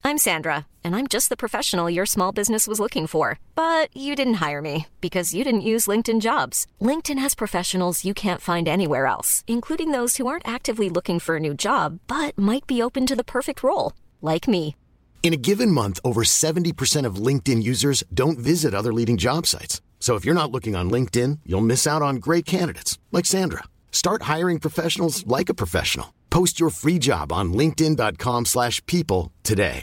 I'm Sandra, and I'm just the professional your small business was looking for. But you didn't hire me because you didn't use LinkedIn Jobs. LinkedIn has professionals you can't find anywhere else, including those who aren't actively looking for a new job, but might be open to the perfect role, like me. In a given month, over 70% of LinkedIn users don't visit other leading job sites. So if you're not looking on LinkedIn, you'll miss out on great candidates like Sandra. Start hiring professionals like a professional. Post your free job on linkedin.com/people today.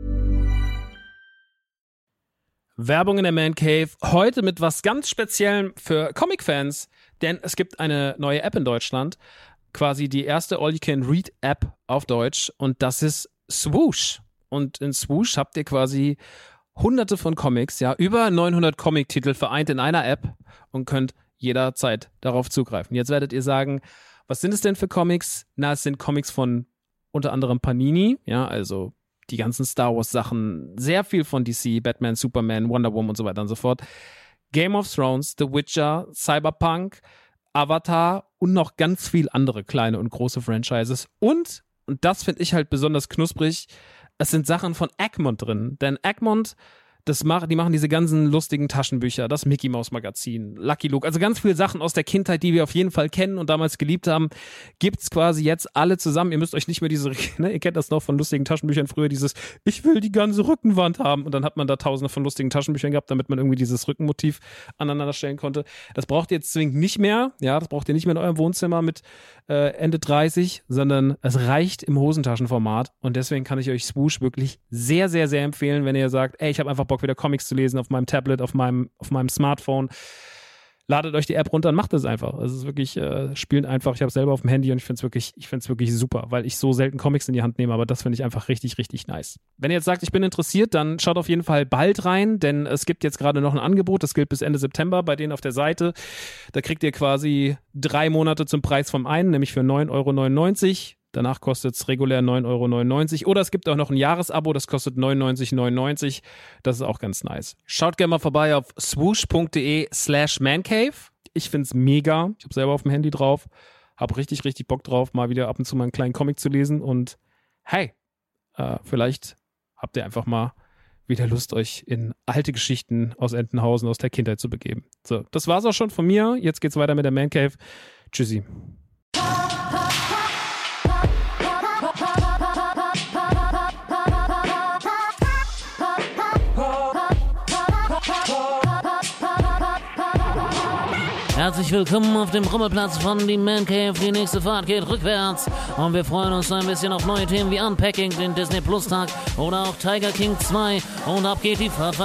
Werbung in der Man Cave. Heute mit was ganz Speziellem für Comic-Fans, denn es gibt eine neue App in Deutschland. Quasi die erste All-You-Can-Read-App auf Deutsch und das ist Swoosh. Und in Swoosh habt ihr quasi hunderte von Comics, ja, über 900 Comic-Titel vereint in einer App und könnt jederzeit darauf zugreifen. Jetzt werdet ihr sagen, was sind es denn für Comics? Na, es sind Comics von unter anderem Panini, ja, also die ganzen Star Wars Sachen, sehr viel von DC, Batman, Superman, Wonder Woman und so weiter und so fort. Game of Thrones, The Witcher, Cyberpunk, Avatar und noch ganz viel andere kleine und große Franchises. Und das finde ich halt besonders knusprig, es sind Sachen von Egmont drin, denn Egmont, die machen diese ganzen lustigen Taschenbücher, das Mickey Mouse Magazin, Lucky Luke, also ganz viele Sachen aus der Kindheit, die wir auf jeden Fall kennen und damals geliebt haben, gibt's quasi jetzt alle zusammen. Ihr müsst euch nicht mehr ihr kennt das noch von lustigen Taschenbüchern früher, dieses, ich will die ganze Rückenwand haben und dann hat man da tausende von lustigen Taschenbüchern gehabt, damit man irgendwie dieses Rückenmotiv aneinander stellen konnte. Das braucht ihr jetzt zwingend nicht mehr, ja, das braucht ihr nicht mehr in eurem Wohnzimmer mit Ende 30, sondern es reicht im Hosentaschenformat und deswegen kann ich euch Swoosh wirklich sehr, sehr, sehr empfehlen, wenn ihr sagt, ey, ich habe einfach Bock wieder Comics zu lesen auf meinem Tablet, auf meinem Smartphone. Ladet euch die App runter und macht es einfach. Es ist wirklich, spielt einfach. Ich habe es selber auf dem Handy und ich finde es wirklich super, weil ich so selten Comics in die Hand nehme, aber das finde ich einfach richtig, richtig nice. Wenn ihr jetzt sagt, ich bin interessiert, dann schaut auf jeden Fall bald rein, denn es gibt jetzt gerade noch ein Angebot, das gilt bis Ende September bei denen auf der Seite. Da kriegt ihr quasi 3 Monate zum Preis vom einen, nämlich für 9,99 €. Danach kostet es regulär 9,99 € oder es gibt auch noch ein Jahresabo, das kostet 99,99 €. Das ist auch ganz nice. Schaut gerne mal vorbei auf swoosh.de/mancave. Ich find's mega. Ich habe selber auf dem Handy drauf. Hab richtig, richtig Bock drauf, mal wieder ab und zu mal einen kleinen Comic zu lesen und hey, vielleicht habt ihr einfach mal wieder Lust, euch in alte Geschichten aus Entenhausen, aus der Kindheit zu begeben. So, das war's auch schon von mir. Jetzt geht's weiter mit der Man Cave. Tschüssi. Herzlich willkommen auf dem Rummelplatz von die Man Cave. Die nächste Fahrt geht rückwärts und wir freuen uns ein bisschen auf neue Themen wie Unpacking, den Disney Plus Tag oder auch Tiger King 2 und ab geht die Fahrt.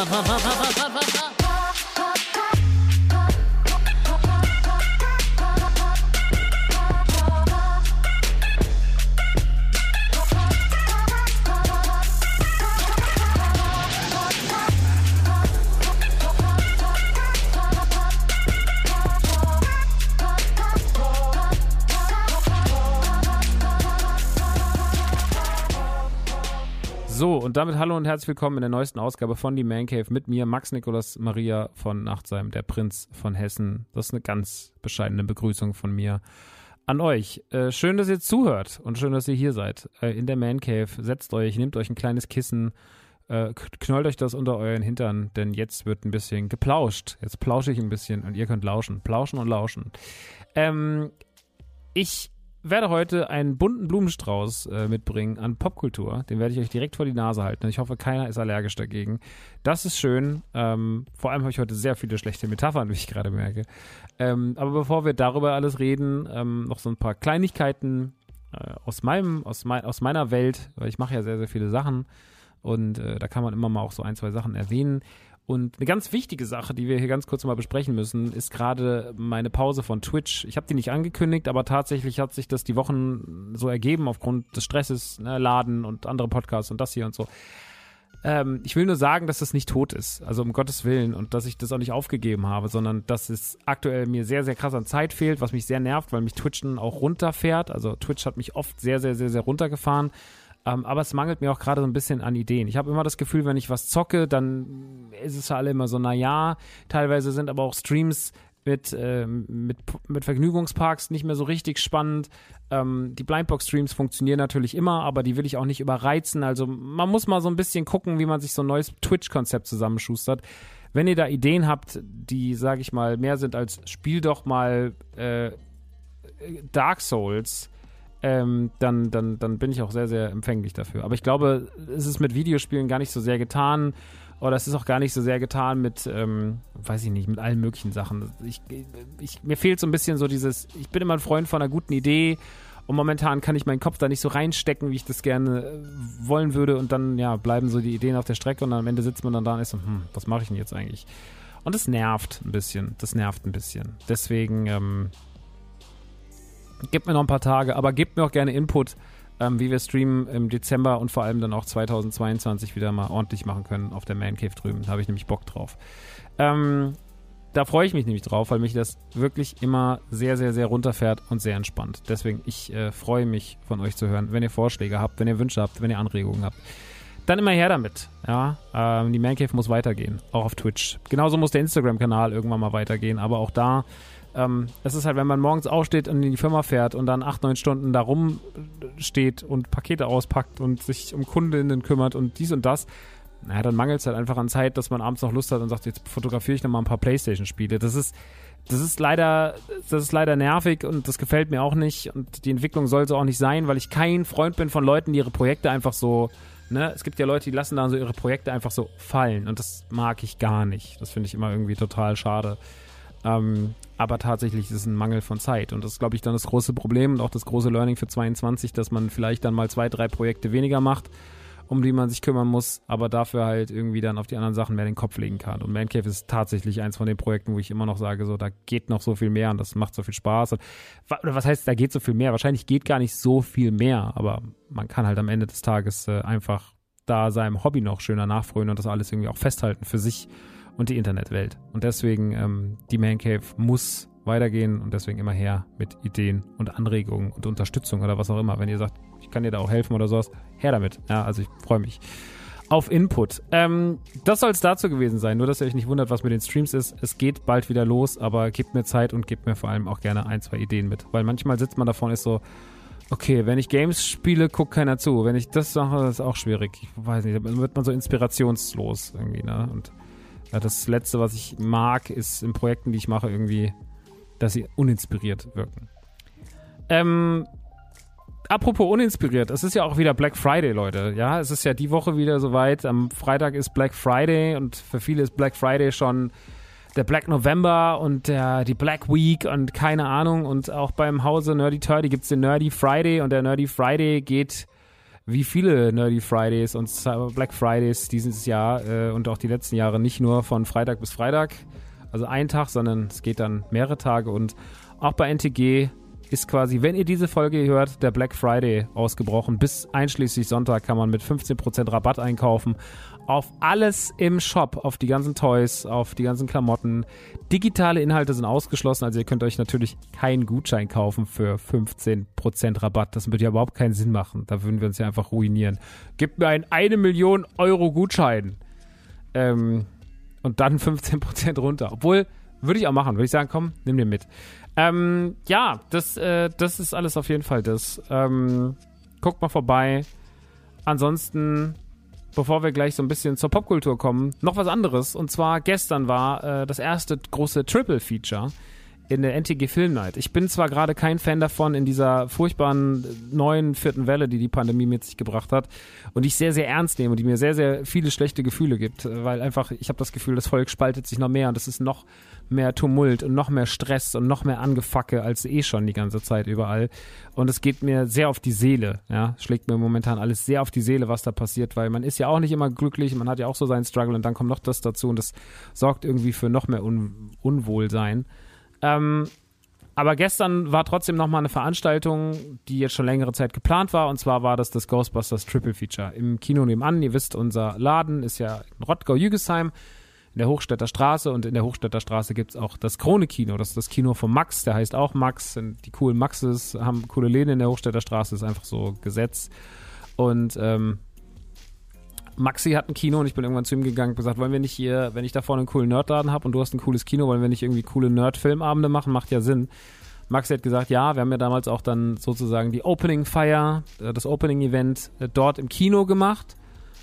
So, und damit hallo und herzlich willkommen in der neuesten Ausgabe von Die Man Cave mit mir, Max Nikolaus Maria von Nachtsheim, der Prinz von Hessen. Das ist eine ganz bescheidene Begrüßung von mir an euch. Schön, dass ihr zuhört und schön, dass ihr hier seid. In der Man Cave, setzt euch, nehmt euch ein kleines Kissen, knollt euch das unter euren Hintern, denn jetzt wird ein bisschen geplauscht. Jetzt plausche ich ein bisschen und ihr könnt lauschen. Plauschen und lauschen. Ich werde heute einen bunten Blumenstrauß mitbringen an Popkultur. Den werde ich euch direkt vor die Nase halten. Ich hoffe, keiner ist allergisch dagegen. Das ist schön. Vor allem habe ich heute sehr viele schlechte Metaphern, wie ich gerade merke. Aber bevor wir darüber alles reden, noch so ein paar Kleinigkeiten aus meiner Welt, weil ich mache ja sehr, sehr viele Sachen und da kann man immer mal auch so 1, 2 Sachen erwähnen. Und eine ganz wichtige Sache, die wir hier ganz kurz mal besprechen müssen, ist gerade meine Pause von Twitch. Ich habe die nicht angekündigt, aber tatsächlich hat sich das die Wochen so ergeben aufgrund des Stresses, ne, Laden und andere Podcasts und das hier und so. Ich will nur sagen, dass das nicht tot ist, also um Gottes Willen, und dass ich das auch nicht aufgegeben habe, sondern dass es aktuell mir sehr, sehr krass an Zeit fehlt, was mich sehr nervt, weil mich Twitchen auch runterfährt. Also Twitch hat mich oft sehr, sehr, sehr, sehr runtergefahren. Aber es mangelt mir auch gerade so ein bisschen an Ideen. Ich habe immer das Gefühl, wenn ich was zocke, dann ist es ja alle immer so, naja, teilweise sind aber auch Streams mit Vergnügungsparks nicht mehr so richtig spannend. Die Blindbox-Streams funktionieren natürlich immer, aber die will ich auch nicht überreizen. Also man muss mal so ein bisschen gucken, wie man sich so ein neues Twitch-Konzept zusammenschustert. Wenn ihr da Ideen habt, die, sage ich mal, mehr sind als spiel doch mal Dark Souls, dann bin ich auch sehr, sehr empfänglich dafür. Aber ich glaube, es ist mit Videospielen gar nicht so sehr getan. Oder es ist auch gar nicht so sehr getan mit, weiß ich nicht, mit allen möglichen Sachen. Mir fehlt so ein bisschen so dieses, ich bin immer ein Freund von einer guten Idee und momentan kann ich meinen Kopf da nicht so reinstecken, wie ich das gerne wollen würde und dann, ja, bleiben so die Ideen auf der Strecke und dann am Ende sitzt man dann da und ist so, was mache ich denn jetzt eigentlich? Und das nervt ein bisschen, Deswegen, gebt mir noch ein paar Tage, aber gebt mir auch gerne Input, wie wir streamen im Dezember und vor allem dann auch 2022 wieder mal ordentlich machen können auf der Man Cave drüben. Da habe ich nämlich Bock drauf. Da freue ich mich nämlich drauf, weil mich das wirklich immer sehr, sehr, sehr runterfährt und sehr entspannt. Deswegen, ich freue mich, von euch zu hören. Wenn ihr Vorschläge habt, wenn ihr Wünsche habt, wenn ihr Anregungen habt, dann immer her damit. Ja? Die Man Cave muss weitergehen, auch auf Twitch. Genauso muss der Instagram-Kanal irgendwann mal weitergehen, aber auch da es ist halt, wenn man morgens aufsteht und in die Firma fährt und dann 8-9 Stunden da rumsteht und Pakete auspackt und sich um Kundinnen kümmert und dies und das, naja, dann mangelt es halt einfach an Zeit, dass man abends noch Lust hat und sagt, jetzt fotografiere ich noch mal ein paar Playstation-Spiele. Das ist leider nervig und das gefällt mir auch nicht und die Entwicklung soll so auch nicht sein, weil ich kein Freund bin von Leuten, die ihre Projekte einfach so, ne, es gibt ja Leute, die lassen dann so ihre Projekte einfach so fallen und das mag ich gar nicht. Das finde ich immer irgendwie total schade. Aber tatsächlich ist es ein Mangel von Zeit und das ist, glaube ich, dann das große Problem und auch das große Learning für 22, dass man vielleicht dann mal 2-3 Projekte weniger macht, um die man sich kümmern muss, aber dafür halt irgendwie dann auf die anderen Sachen mehr den Kopf legen kann. Und Man Cave ist tatsächlich eins von den Projekten, wo ich immer noch sage, so, da geht noch so viel mehr und das macht so viel Spaß. Oder was heißt, da geht so viel mehr? Wahrscheinlich geht gar nicht so viel mehr, aber man kann halt am Ende des Tages einfach da seinem Hobby noch schöner nachfrönen und das alles irgendwie auch festhalten für sich und die Internetwelt. Und deswegen, die Man Cave muss weitergehen und deswegen immer her mit Ideen und Anregungen und Unterstützung oder was auch immer. Wenn ihr sagt, ich kann dir da auch helfen oder sowas, her damit. Ja, also ich freue mich auf Input. Das soll es dazu gewesen sein. Nur, dass ihr euch nicht wundert, was mit den Streams ist. Es geht bald wieder los, aber gebt mir Zeit und gebt mir vor allem auch gerne 1-2 Ideen mit. Weil manchmal sitzt man davon und ist so, okay, wenn ich Games spiele, guckt keiner zu. Wenn ich das mache, ist auch schwierig. Ich weiß nicht, dann wird man so inspirationslos irgendwie, ne? Und ja, das Letzte, was ich mag, ist in Projekten, die ich mache, irgendwie, dass sie uninspiriert wirken. Apropos uninspiriert, es ist ja auch wieder Black Friday, Leute. Ja, es ist ja die Woche wieder soweit. Am Freitag ist Black Friday und für viele ist Black Friday schon der Black November und die Black Week und keine Ahnung. Und auch beim Hause Nerdy Turdy gibt es den Nerdy Friday und der Nerdy Friday geht wie viele Nerdy Fridays und Black Fridays dieses Jahr und auch die letzten Jahre nicht nur von Freitag bis Freitag, also ein Tag, sondern es geht dann mehrere Tage und auch bei NTG ist quasi, wenn ihr diese Folge hört, der Black Friday ausgebrochen. Bis einschließlich Sonntag kann man mit 15% Rabatt einkaufen auf alles im Shop, auf die ganzen Toys, auf die ganzen Klamotten. Digitale Inhalte sind ausgeschlossen, also ihr könnt euch natürlich keinen Gutschein kaufen für 15% Rabatt. Das würde ja überhaupt keinen Sinn machen. Da würden wir uns ja einfach ruinieren. Gebt mir einen 1 Million Euro Gutschein. Und dann 15% runter. Obwohl, würde ich auch machen. Würde ich sagen, komm, nimm den mit. Ja, das ist alles auf jeden Fall das. Guckt mal vorbei. Ansonsten, bevor wir gleich so ein bisschen zur Popkultur kommen, noch was anderes. Und zwar gestern war das erste große Triple-Feature in der NTG Film Night. Ich bin zwar gerade kein Fan davon in dieser furchtbaren neuen 4. Welle, die die Pandemie mit sich gebracht hat und die ich sehr, sehr ernst nehme und die mir sehr, sehr viele schlechte Gefühle gibt, weil einfach, ich habe das Gefühl, das Volk spaltet sich noch mehr und es ist noch mehr Tumult und noch mehr Stress und noch mehr Angefacke als schon die ganze Zeit überall und es geht mir sehr auf die Seele, ja, schlägt mir momentan alles sehr auf die Seele, was da passiert, weil man ist ja auch nicht immer glücklich, man hat ja auch so seinen Struggle und dann kommt noch das dazu und das sorgt irgendwie für noch mehr Unwohlsein. Aber gestern war trotzdem nochmal eine Veranstaltung, die jetzt schon längere Zeit geplant war, und zwar war das Ghostbusters Triple Feature im Kino nebenan. Ihr wisst, unser Laden ist ja in Rottgau-Jügesheim in der Hochstädter Straße und in der Hochstädter Straße gibt es auch das Krone-Kino, das ist das Kino von Max, der heißt auch Max, und die coolen Maxes haben coole Läden in der Hochstädter Straße, ist einfach so Gesetz. Und Maxi hat ein Kino und ich bin irgendwann zu ihm gegangen und gesagt, wollen wir nicht hier, wenn ich da vorne einen coolen Nerdladen habe und du hast ein cooles Kino, wollen wir nicht irgendwie coole Nerd-Filmabende machen? Macht ja Sinn. Maxi hat gesagt, ja, wir haben ja damals auch dann sozusagen die Opening-Feier, das Opening-Event dort im Kino gemacht,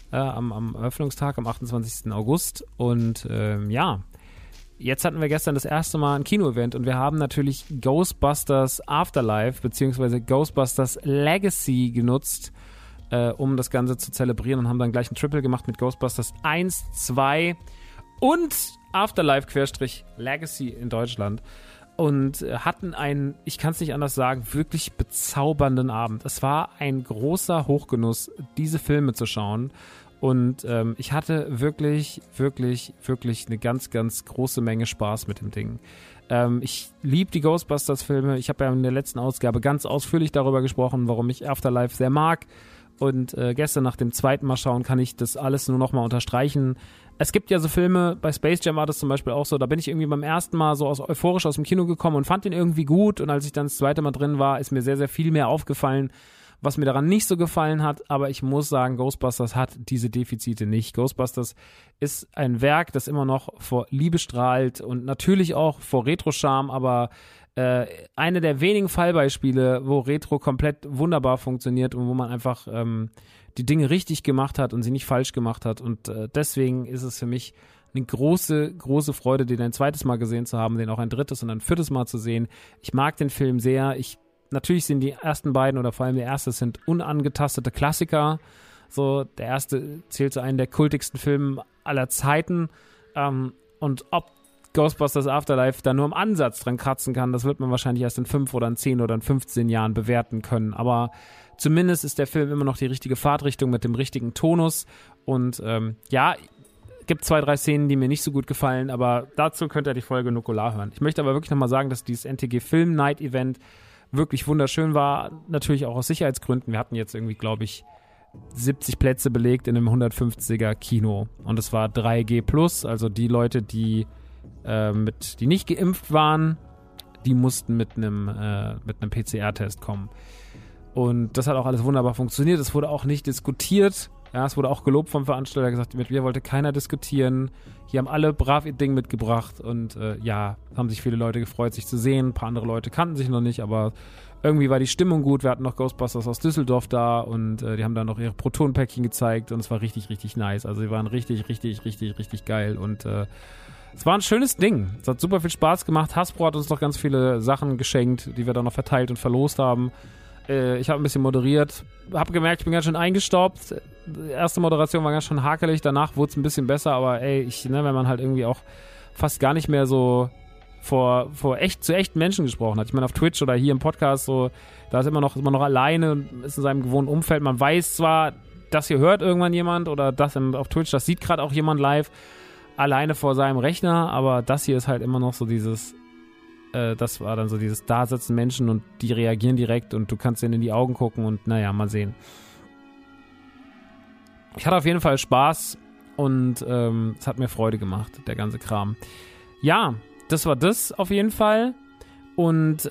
am Eröffnungstag, am 28. August. Und ja, jetzt hatten wir gestern das erste Mal ein Kino-Event und wir haben natürlich Ghostbusters Afterlife bzw. Ghostbusters Legacy genutzt, um das Ganze zu zelebrieren, und haben dann gleich ein Triple gemacht mit Ghostbusters 1, 2 und Afterlife-Legacy in Deutschland. Und hatten einen, ich kann es nicht anders sagen, wirklich bezaubernden Abend. Es war ein großer Hochgenuss, diese Filme zu schauen. Und ich hatte wirklich, wirklich, wirklich eine ganz, ganz große Menge Spaß mit dem Ding. Ich liebe die Ghostbusters-Filme. Ich habe ja in der letzten Ausgabe ganz ausführlich darüber gesprochen, warum ich Afterlife sehr mag. Und gestern nach dem zweiten Mal schauen kann ich das alles nur noch mal unterstreichen. Es gibt ja so Filme, bei Space Jam war das zum Beispiel auch so, da bin ich irgendwie beim ersten Mal so euphorisch aus dem Kino gekommen und fand den irgendwie gut. Und als ich dann das zweite Mal drin war, ist mir sehr, sehr viel mehr aufgefallen, was mir daran nicht so gefallen hat. Aber ich muss sagen, Ghostbusters hat diese Defizite nicht. Ghostbusters ist ein Werk, das immer noch vor Liebe strahlt und natürlich auch vor Retro-Charme, aber eine der wenigen Fallbeispiele, wo Retro komplett wunderbar funktioniert und wo man einfach die Dinge richtig gemacht hat und sie nicht falsch gemacht hat. Und deswegen ist es für mich eine große, große Freude, den ein zweites Mal gesehen zu haben, den auch ein drittes und ein viertes Mal zu sehen. Ich mag den Film sehr. Natürlich sind die ersten beiden oder vor allem der erste sind unangetastete Klassiker. So, der erste zählt zu einem der kultigsten Filme aller Zeiten. Und ob Ghostbusters Afterlife da nur im Ansatz dran kratzen kann, das wird man wahrscheinlich erst in 5 oder in 10 oder in 15 Jahren bewerten können. Aber zumindest ist der Film immer noch die richtige Fahrtrichtung mit dem richtigen Tonus. Und ja, gibt 2, 3 Szenen, die mir nicht so gut gefallen, aber dazu könnt ihr die Folge Nukular hören. Ich möchte aber wirklich nochmal sagen, dass dieses NTG Film Night Event wirklich wunderschön war. Natürlich auch aus Sicherheitsgründen. Wir hatten jetzt irgendwie, glaube ich, 70 Plätze belegt in einem 150er Kino. Und es war 3G+, also die Leute, die nicht geimpft waren, die mussten mit einem PCR-Test kommen. Und das hat auch alles wunderbar funktioniert. Es wurde auch nicht diskutiert. Ja, es wurde auch gelobt vom Veranstalter, gesagt, mit mir wollte keiner diskutieren. Hier haben alle brav ihr Ding mitgebracht und ja, haben sich viele Leute gefreut, sich zu sehen. Ein paar andere Leute kannten sich noch nicht, aber irgendwie war die Stimmung gut. Wir hatten noch Ghostbusters aus Düsseldorf da und die haben dann noch ihre Proton-Päckchen gezeigt und es war richtig, richtig nice. Also die waren richtig, richtig, richtig, richtig geil und es war ein schönes Ding. Es hat super viel Spaß gemacht. Hasbro hat uns noch ganz viele Sachen geschenkt, die wir dann noch verteilt und verlost haben. Ich habe ein bisschen moderiert. Habe gemerkt, ich bin ganz schön eingestaubt. Die erste Moderation war ganz schön hakelig. Danach wurde es ein bisschen besser. Aber ey, wenn man halt irgendwie auch fast gar nicht mehr so zu echten Menschen gesprochen hat. Ich meine, auf Twitch oder hier im Podcast, so, da ist immer noch alleine, ist in seinem gewohnten Umfeld. Man weiß zwar, das hier hört irgendwann jemand oder das auf Twitch, das sieht gerade auch jemand live, alleine vor seinem Rechner, aber das hier ist halt immer noch so dieses, das war dann so dieses, da sitzen Menschen und die reagieren direkt und du kannst denen in die Augen gucken und naja, mal sehen. Ich hatte auf jeden Fall Spaß und es hat mir Freude gemacht, der ganze Kram. Ja, das war das auf jeden Fall und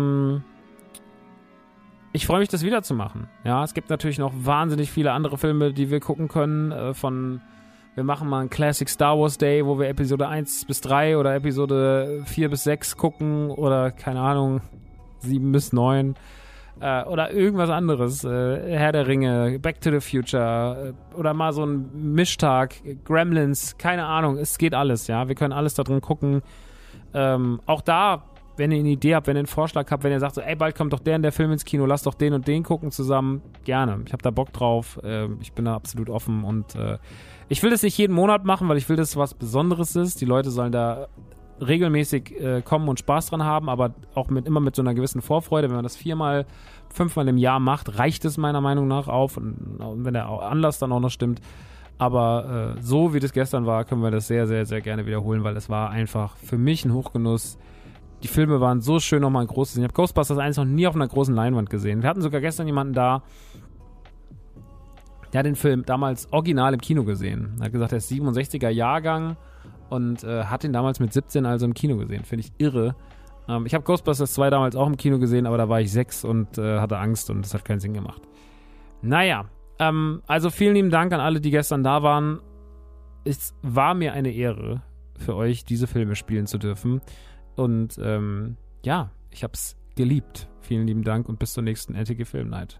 ich freue mich, das wieder zu machen. Ja, es gibt natürlich noch wahnsinnig viele andere Filme, die wir gucken können, wir machen mal einen Classic Star Wars Day, wo wir Episode 1 bis 3 oder Episode 4 bis 6 gucken oder, keine Ahnung, 7 bis 9 oder irgendwas anderes. Herr der Ringe, Back to the Future oder mal so ein Mischtag, Gremlins, keine Ahnung, es geht alles, ja. Wir können alles da drin gucken. Auch da, wenn ihr eine Idee habt, wenn ihr einen Vorschlag habt, wenn ihr sagt, so, ey, bald kommt doch der Film ins Kino, lasst doch den und den gucken zusammen, gerne. Ich habe da Bock drauf, ich bin da absolut offen und ich will das nicht jeden Monat machen, weil ich will, dass es was Besonderes ist. Die Leute sollen da regelmäßig kommen und Spaß dran haben, aber auch immer mit so einer gewissen Vorfreude. Wenn man das 4-mal, 5-mal im Jahr macht, reicht es meiner Meinung nach auf. Und wenn der Anlass dann auch noch stimmt. Aber so wie das gestern war, können wir das sehr, sehr, sehr gerne wiederholen, weil es war einfach für mich ein Hochgenuss. Die Filme waren so schön, nochmal ein großes. Ich habe Ghostbusters 1 noch nie auf einer großen Leinwand gesehen. Wir hatten sogar gestern jemanden da, der hat den Film damals original im Kino gesehen. Er hat gesagt, er ist 67er Jahrgang und hat ihn damals mit 17 also im Kino gesehen. Finde ich irre. Ich habe Ghostbusters 2 damals auch im Kino gesehen, aber da war ich 6 und hatte Angst und das hat keinen Sinn gemacht. Naja, Also vielen lieben Dank an alle, die gestern da waren. Es war mir eine Ehre, für euch diese Filme spielen zu dürfen. Und ich hab's geliebt. Vielen lieben Dank und bis zur nächsten NTG Film Night.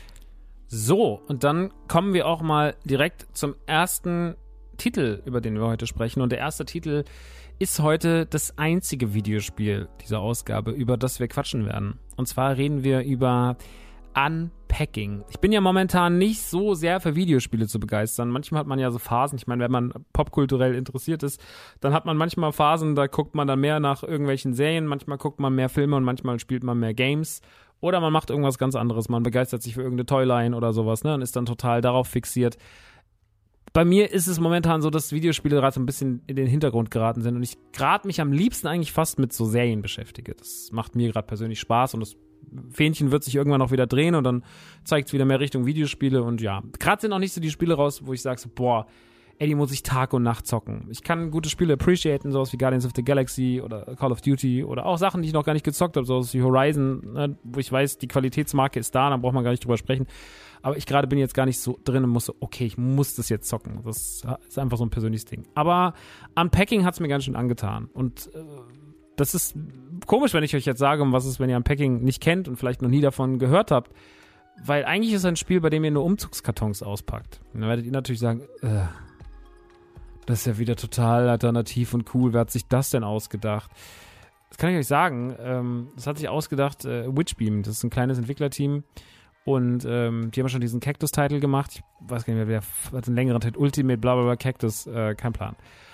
So, und dann kommen wir auch mal direkt zum ersten Titel, über den wir heute sprechen. Und der erste Titel ist heute das einzige Videospiel dieser Ausgabe, über das wir quatschen werden. Und zwar reden wir über Unpacking. Ich bin ja momentan nicht so sehr für Videospiele zu begeistern. Manchmal hat man ja so Phasen, ich meine, wenn man popkulturell interessiert ist, dann hat man manchmal Phasen, da guckt man dann mehr nach irgendwelchen Serien, manchmal guckt man mehr Filme und manchmal spielt man mehr Games. Oder man macht irgendwas ganz anderes, man begeistert sich für irgendeine Toyline oder sowas, ne, und ist dann total darauf fixiert. Bei mir ist es momentan so, dass Videospiele gerade so ein bisschen in den Hintergrund geraten sind und ich gerade mich am liebsten eigentlich fast mit so Serien beschäftige. Das macht mir gerade persönlich Spaß und das Fähnchen wird sich irgendwann auch wieder drehen und dann zeigt es wieder mehr Richtung Videospiele und ja, gerade sind auch nicht so die Spiele raus, wo ich sage so, boah, die muss ich Tag und Nacht zocken. Ich kann gute Spiele appreciaten, sowas wie Guardians of the Galaxy oder Call of Duty oder auch Sachen, die ich noch gar nicht gezockt habe, sowas wie Horizon, ne, wo ich weiß, die Qualitätsmarke ist da, dann braucht man gar nicht drüber sprechen. Aber ich gerade bin jetzt gar nicht so drin und muss so, okay, ich muss das jetzt zocken. Das ist einfach so ein persönliches Ding. Aber Unpacking hat es mir ganz schön angetan. Und das ist komisch, wenn ich euch jetzt sage, um was es, wenn ihr Unpacking nicht kennt und vielleicht noch nie davon gehört habt. Weil eigentlich ist es ein Spiel, bei dem ihr nur Umzugskartons auspackt. Und dann werdet ihr natürlich sagen, das ist ja wieder total alternativ und cool. Wer hat sich das denn ausgedacht? Das kann ich euch sagen. Das hat sich ausgedacht Witchbeam. Das ist ein kleines Entwicklerteam. Und die haben ja schon diesen Cactus-Title gemacht. Ich weiß gar nicht mehr, wer hat einen längeren Titel. Ultimate, blablabla, Cactus, kein Plan.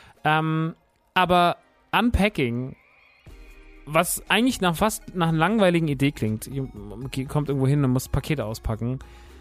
Aber Unpacking, was eigentlich fast nach einer langweiligen Idee klingt, ihr kommt irgendwo hin und muss Pakete auspacken,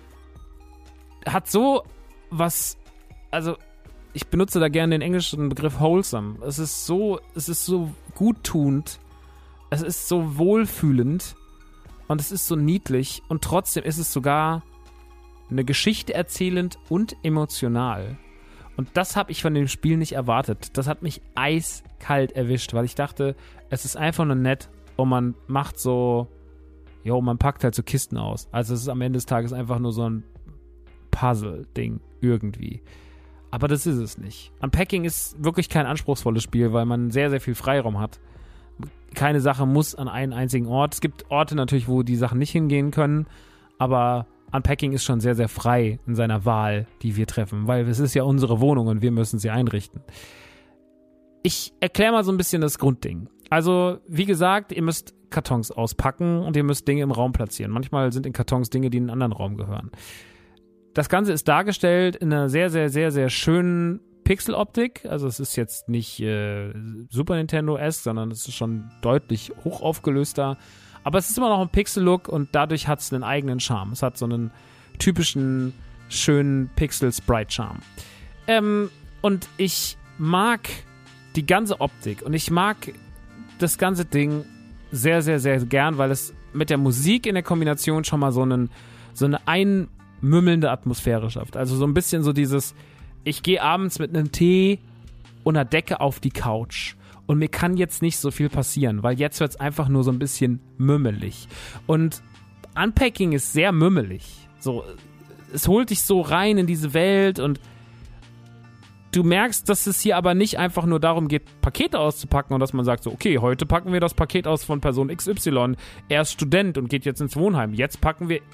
hat so was, also ich benutze da gerne den englischen Begriff wholesome. Es ist so guttunend, es ist so wohlfühlend und es ist so niedlich und trotzdem ist es sogar eine Geschichte erzählend und emotional. Und das habe ich von dem Spiel nicht erwartet. Das hat mich eiskalt erwischt, weil ich dachte, es ist einfach nur nett und man macht so, man packt halt so Kisten aus. Also es ist am Ende des Tages einfach nur so ein Puzzle-Ding irgendwie. Aber das ist es nicht. Unpacking ist wirklich kein anspruchsvolles Spiel, weil man sehr, sehr viel Freiraum hat. Keine Sache muss an einen einzigen Ort. Es gibt Orte natürlich, wo die Sachen nicht hingehen können, aber Unpacking ist schon sehr, sehr frei in seiner Wahl, die wir treffen, weil es ist ja unsere Wohnung und wir müssen sie einrichten. Ich erkläre mal so ein bisschen das Grundding. Also, wie gesagt, ihr müsst Kartons auspacken und ihr müsst Dinge im Raum platzieren. Manchmal sind in Kartons Dinge, die in einen anderen Raum gehören. Das Ganze ist dargestellt in einer sehr, sehr, sehr, sehr schönen Pixeloptik. Also es ist jetzt nicht Super Nintendo-esque, sondern es ist schon deutlich hochaufgelöster. Aber es ist immer noch ein Pixel-Look und dadurch hat es einen eigenen Charme. Es hat so einen typischen, schönen Pixel-Sprite-Charme. Und ich mag die ganze Optik und ich mag das ganze Ding sehr, sehr, sehr gern, weil es mit der Musik in der Kombination schon mal so eine einmümmelnde Atmosphäre schafft. Also so ein bisschen so dieses, ich gehe abends mit einem Tee und einer Decke auf die Couch und mir kann jetzt nicht so viel passieren, weil jetzt wird es einfach nur so ein bisschen mümmelig. Und Unpacking ist sehr mümmelig. So, es holt dich so rein in diese Welt und du merkst, dass es hier aber nicht einfach nur darum geht, Pakete auszupacken und dass man sagt so, okay, heute packen wir das Paket aus von Person XY. Er ist Student und geht jetzt ins Wohnheim. Jetzt packen wir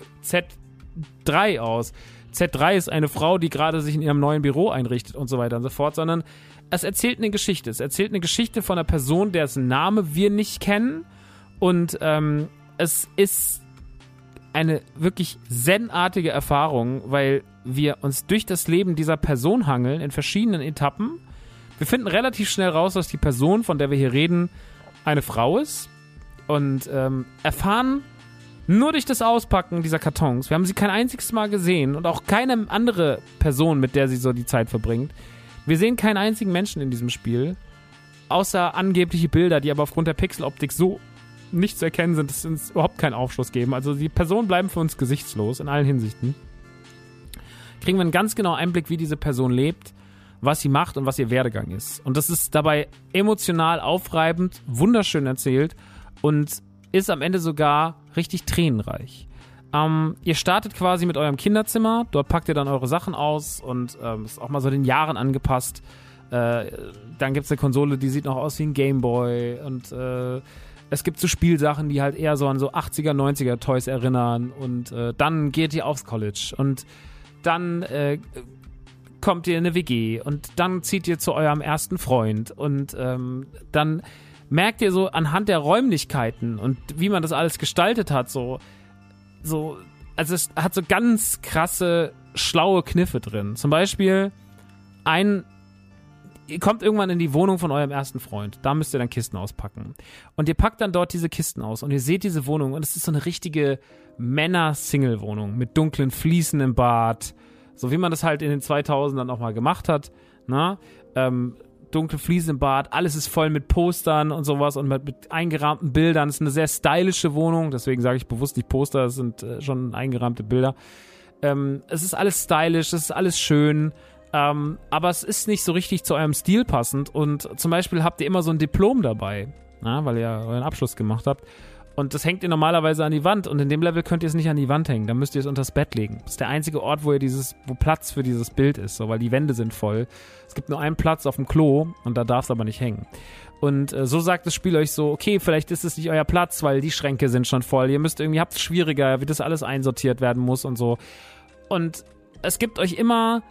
Z3 aus. Z3 ist eine Frau, die gerade sich in ihrem neuen Büro einrichtet und so weiter und so fort, sondern es erzählt eine Geschichte. Es erzählt eine Geschichte von einer Person, dessen Name wir nicht kennen und es ist eine wirklich zen-artige Erfahrung, weil wir uns durch das Leben dieser Person hangeln in verschiedenen Etappen. Wir finden relativ schnell raus, dass die Person, von der wir hier reden, eine Frau ist und erfahren nur durch das Auspacken dieser Kartons. Wir haben sie kein einziges Mal gesehen und auch keine andere Person, mit der sie so die Zeit verbringt. Wir sehen keinen einzigen Menschen in diesem Spiel, außer angebliche Bilder, die aber aufgrund der Pixeloptik so nicht zu erkennen sind, dass sie uns überhaupt keinen Aufschluss geben. Also die Personen bleiben für uns gesichtslos in allen Hinsichten. Kriegen wir einen ganz genauen Einblick, wie diese Person lebt, was sie macht und was ihr Werdegang ist. Und das ist dabei emotional aufreibend, wunderschön erzählt und ist am Ende sogar richtig tränenreich. Ihr startet quasi mit eurem Kinderzimmer, dort packt ihr dann eure Sachen aus und ist auch mal so den Jahren angepasst. Dann gibt es eine Konsole, die sieht noch aus wie ein Gameboy und es gibt so Spielsachen, die halt eher so an so 80er, 90er Toys erinnern und dann geht ihr aufs College und dann kommt ihr in eine WG und dann zieht ihr zu eurem ersten Freund und dann merkt ihr so anhand der Räumlichkeiten und wie man das alles gestaltet hat, also es hat so ganz krasse, schlaue Kniffe drin. Zum Beispiel ihr kommt irgendwann in die Wohnung von eurem ersten Freund. Da müsst ihr dann Kisten auspacken. Und ihr packt dann dort diese Kisten aus und ihr seht diese Wohnung und es ist so eine richtige Männer-Single-Wohnung mit dunklen Fliesen im Bad. So wie man das halt in den 2000ern auch mal gemacht hat. Na? Dunkle Fliesen im Bad, alles ist voll mit Postern und sowas und mit eingerahmten Bildern. Es ist eine sehr stylische Wohnung, deswegen sage ich bewusst nicht Poster, es sind schon eingerahmte Bilder. Es ist alles stylisch, es ist alles schön. Aber es ist nicht so richtig zu eurem Stil passend und zum Beispiel habt ihr immer so ein Diplom dabei, weil ihr euren Abschluss gemacht habt und das hängt ihr normalerweise an die Wand und in dem Level könnt ihr es nicht an die Wand hängen, dann müsst ihr es unters Bett legen. Das ist der einzige Ort, wo Platz für dieses Bild ist, so, weil die Wände sind voll. Es gibt nur einen Platz auf dem Klo und da darf es aber nicht hängen. Und so sagt das Spiel euch so, okay, vielleicht ist es nicht euer Platz, weil die Schränke sind schon voll, ihr habt es schwieriger, wie das alles einsortiert werden muss und so. Und es gibt euch immer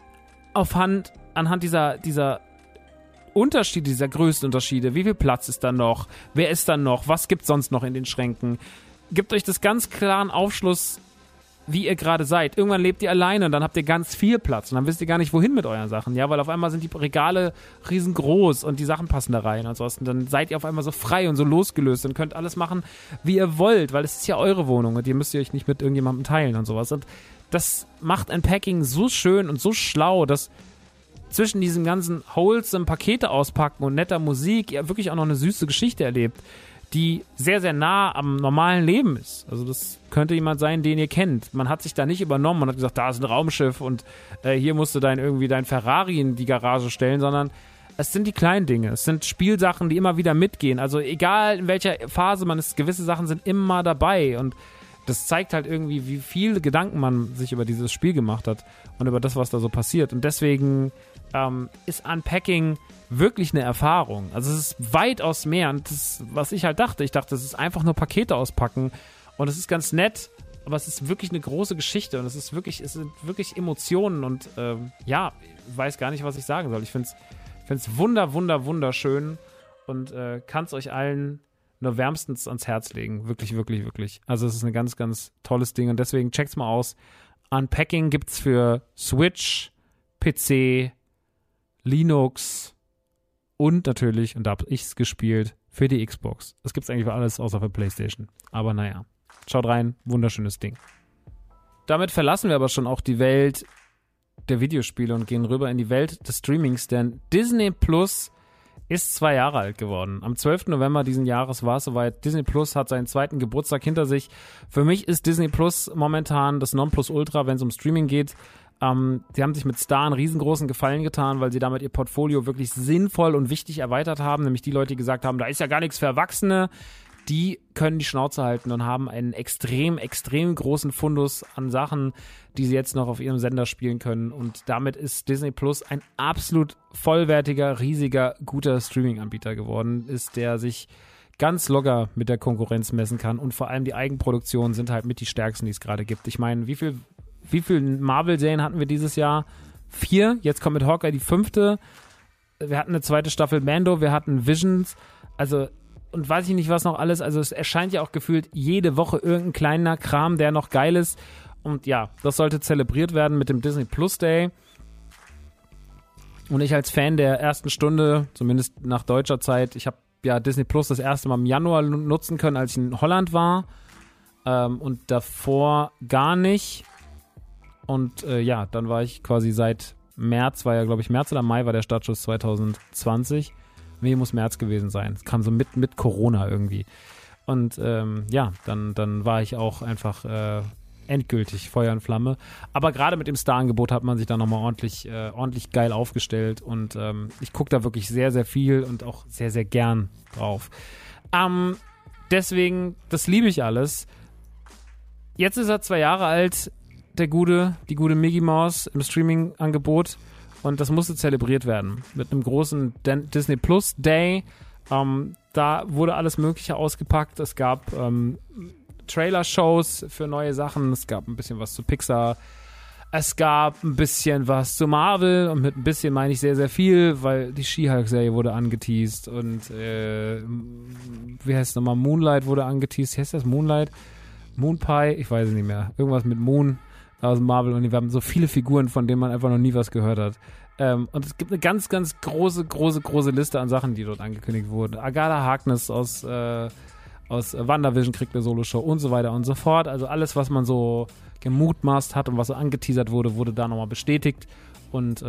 anhand dieser Unterschiede, dieser Größenunterschiede, wie viel Platz ist da noch, wer ist da noch, was gibt sonst noch in den Schränken, gibt euch das ganz klaren Aufschluss, wie ihr gerade seid. Irgendwann lebt ihr alleine und dann habt ihr ganz viel Platz und dann wisst ihr gar nicht, wohin mit euren Sachen, ja, weil auf einmal sind die Regale riesengroß und die Sachen passen da rein und so. Und dann seid ihr auf einmal so frei und so losgelöst und könnt alles machen, wie ihr wollt, weil es ist ja eure Wohnung und ihr müsst euch nicht mit irgendjemandem teilen und sowas. Und das macht Unpacking so schön und so schlau, dass zwischen diesen ganzen wholesome Pakete auspacken und netter Musik ihr wirklich auch noch eine süße Geschichte erlebt, die sehr, sehr nah am normalen Leben ist. Also das könnte jemand sein, den ihr kennt. Man hat sich da nicht übernommen und hat gesagt, da ist ein Raumschiff und hier musst du dein Ferrari in die Garage stellen, sondern es sind die kleinen Dinge. Es sind Spielsachen, die immer wieder mitgehen. Also egal in welcher Phase man ist, gewisse Sachen sind immer dabei und das zeigt halt irgendwie, wie viele Gedanken man sich über dieses Spiel gemacht hat und über das, was da so passiert. Und deswegen ist Unpacking wirklich eine Erfahrung. Also es ist weitaus mehr. Und das, was ich halt dachte, es ist einfach nur Pakete auspacken und es ist ganz nett, aber es ist wirklich eine große Geschichte und es sind wirklich Emotionen und ich weiß gar nicht, was ich sagen soll. Ich finde es wunderschön und kann es euch allen nur wärmstens ans Herz legen. Wirklich, wirklich, wirklich. Also es ist ein ganz, ganz tolles Ding und deswegen checkt's mal aus. Unpacking gibt's für Switch, PC, Linux und natürlich, und da habe ich's gespielt, für die Xbox. Das gibt's eigentlich für alles außer für PlayStation. Aber naja, schaut rein, wunderschönes Ding. Damit verlassen wir aber schon auch die Welt der Videospiele und gehen rüber in die Welt des Streamings, denn Disney Plus ist 2 Jahre alt geworden. Am 12. November diesen Jahres war es soweit. Disney Plus hat seinen 2. Geburtstag hinter sich. Für mich ist Disney Plus momentan das Nonplusultra, wenn es um Streaming geht. Die haben sich mit Star einen riesengroßen Gefallen getan, weil sie damit ihr Portfolio wirklich sinnvoll und wichtig erweitert haben. Nämlich die Leute, die gesagt haben, da ist ja gar nichts für Erwachsene. Die können die Schnauze halten und haben einen extrem, extrem großen Fundus an Sachen, die sie jetzt noch auf ihrem Sender spielen können. Und damit ist Disney Plus ein absolut vollwertiger, riesiger, guter Streaming-Anbieter geworden, der sich ganz locker mit der Konkurrenz messen kann. Und vor allem die Eigenproduktionen sind halt mit die stärksten, die es gerade gibt. Ich meine, wie viel Marvel-Serien hatten wir dieses Jahr? 4. Jetzt kommt mit Hawkeye die 5. Wir hatten eine 2. Staffel Mando, wir hatten Visions. Also und weiß ich nicht, was noch alles. Also es erscheint ja auch gefühlt jede Woche irgendein kleiner Kram, der noch geil ist. Und ja, das sollte zelebriert werden mit dem Disney Plus Day. Und ich als Fan der ersten Stunde, zumindest nach deutscher Zeit, ich habe ja Disney Plus das erste Mal im Januar nutzen können, als ich in Holland war. Und davor gar nicht. Und dann war ich quasi seit März, war ja glaube ich März oder Mai war der Startschuss 2020. Nee, muss März gewesen sein. Es kam so mit Corona irgendwie. Und dann war ich auch einfach endgültig Feuer und Flamme. Aber gerade mit dem Star-Angebot hat man sich da nochmal ordentlich geil aufgestellt. Und ich gucke da wirklich sehr, sehr viel und auch sehr, sehr gern drauf. Deswegen, das liebe ich alles. jetzt ist er 2 Jahre alt, die gute Mickey Mouse im Streaming-Angebot. Und das musste zelebriert werden mit einem großen Disney Plus Day. Da wurde alles Mögliche ausgepackt. Es gab Trailer-Shows für neue Sachen. Es gab ein bisschen was zu Pixar. Es gab ein bisschen was zu Marvel. Und mit ein bisschen meine ich sehr, sehr viel, weil die She-Hulk-Serie wurde angeteased. Und wie heißt es nochmal? Moonlight wurde angeteased. Wie heißt das? Moonlight? Moonpie? Ich weiß es nicht mehr. Irgendwas mit Moon aus dem Marvel-Universum. So viele Figuren, von denen man einfach noch nie was gehört hat. Und es gibt eine ganz, ganz große Liste an Sachen, die dort angekündigt wurden. Agatha Harkness aus WandaVision kriegt eine Solo-Show und so weiter und so fort. Also alles, was man so gemutmaßt hat und was so angeteasert wurde, wurde da nochmal bestätigt und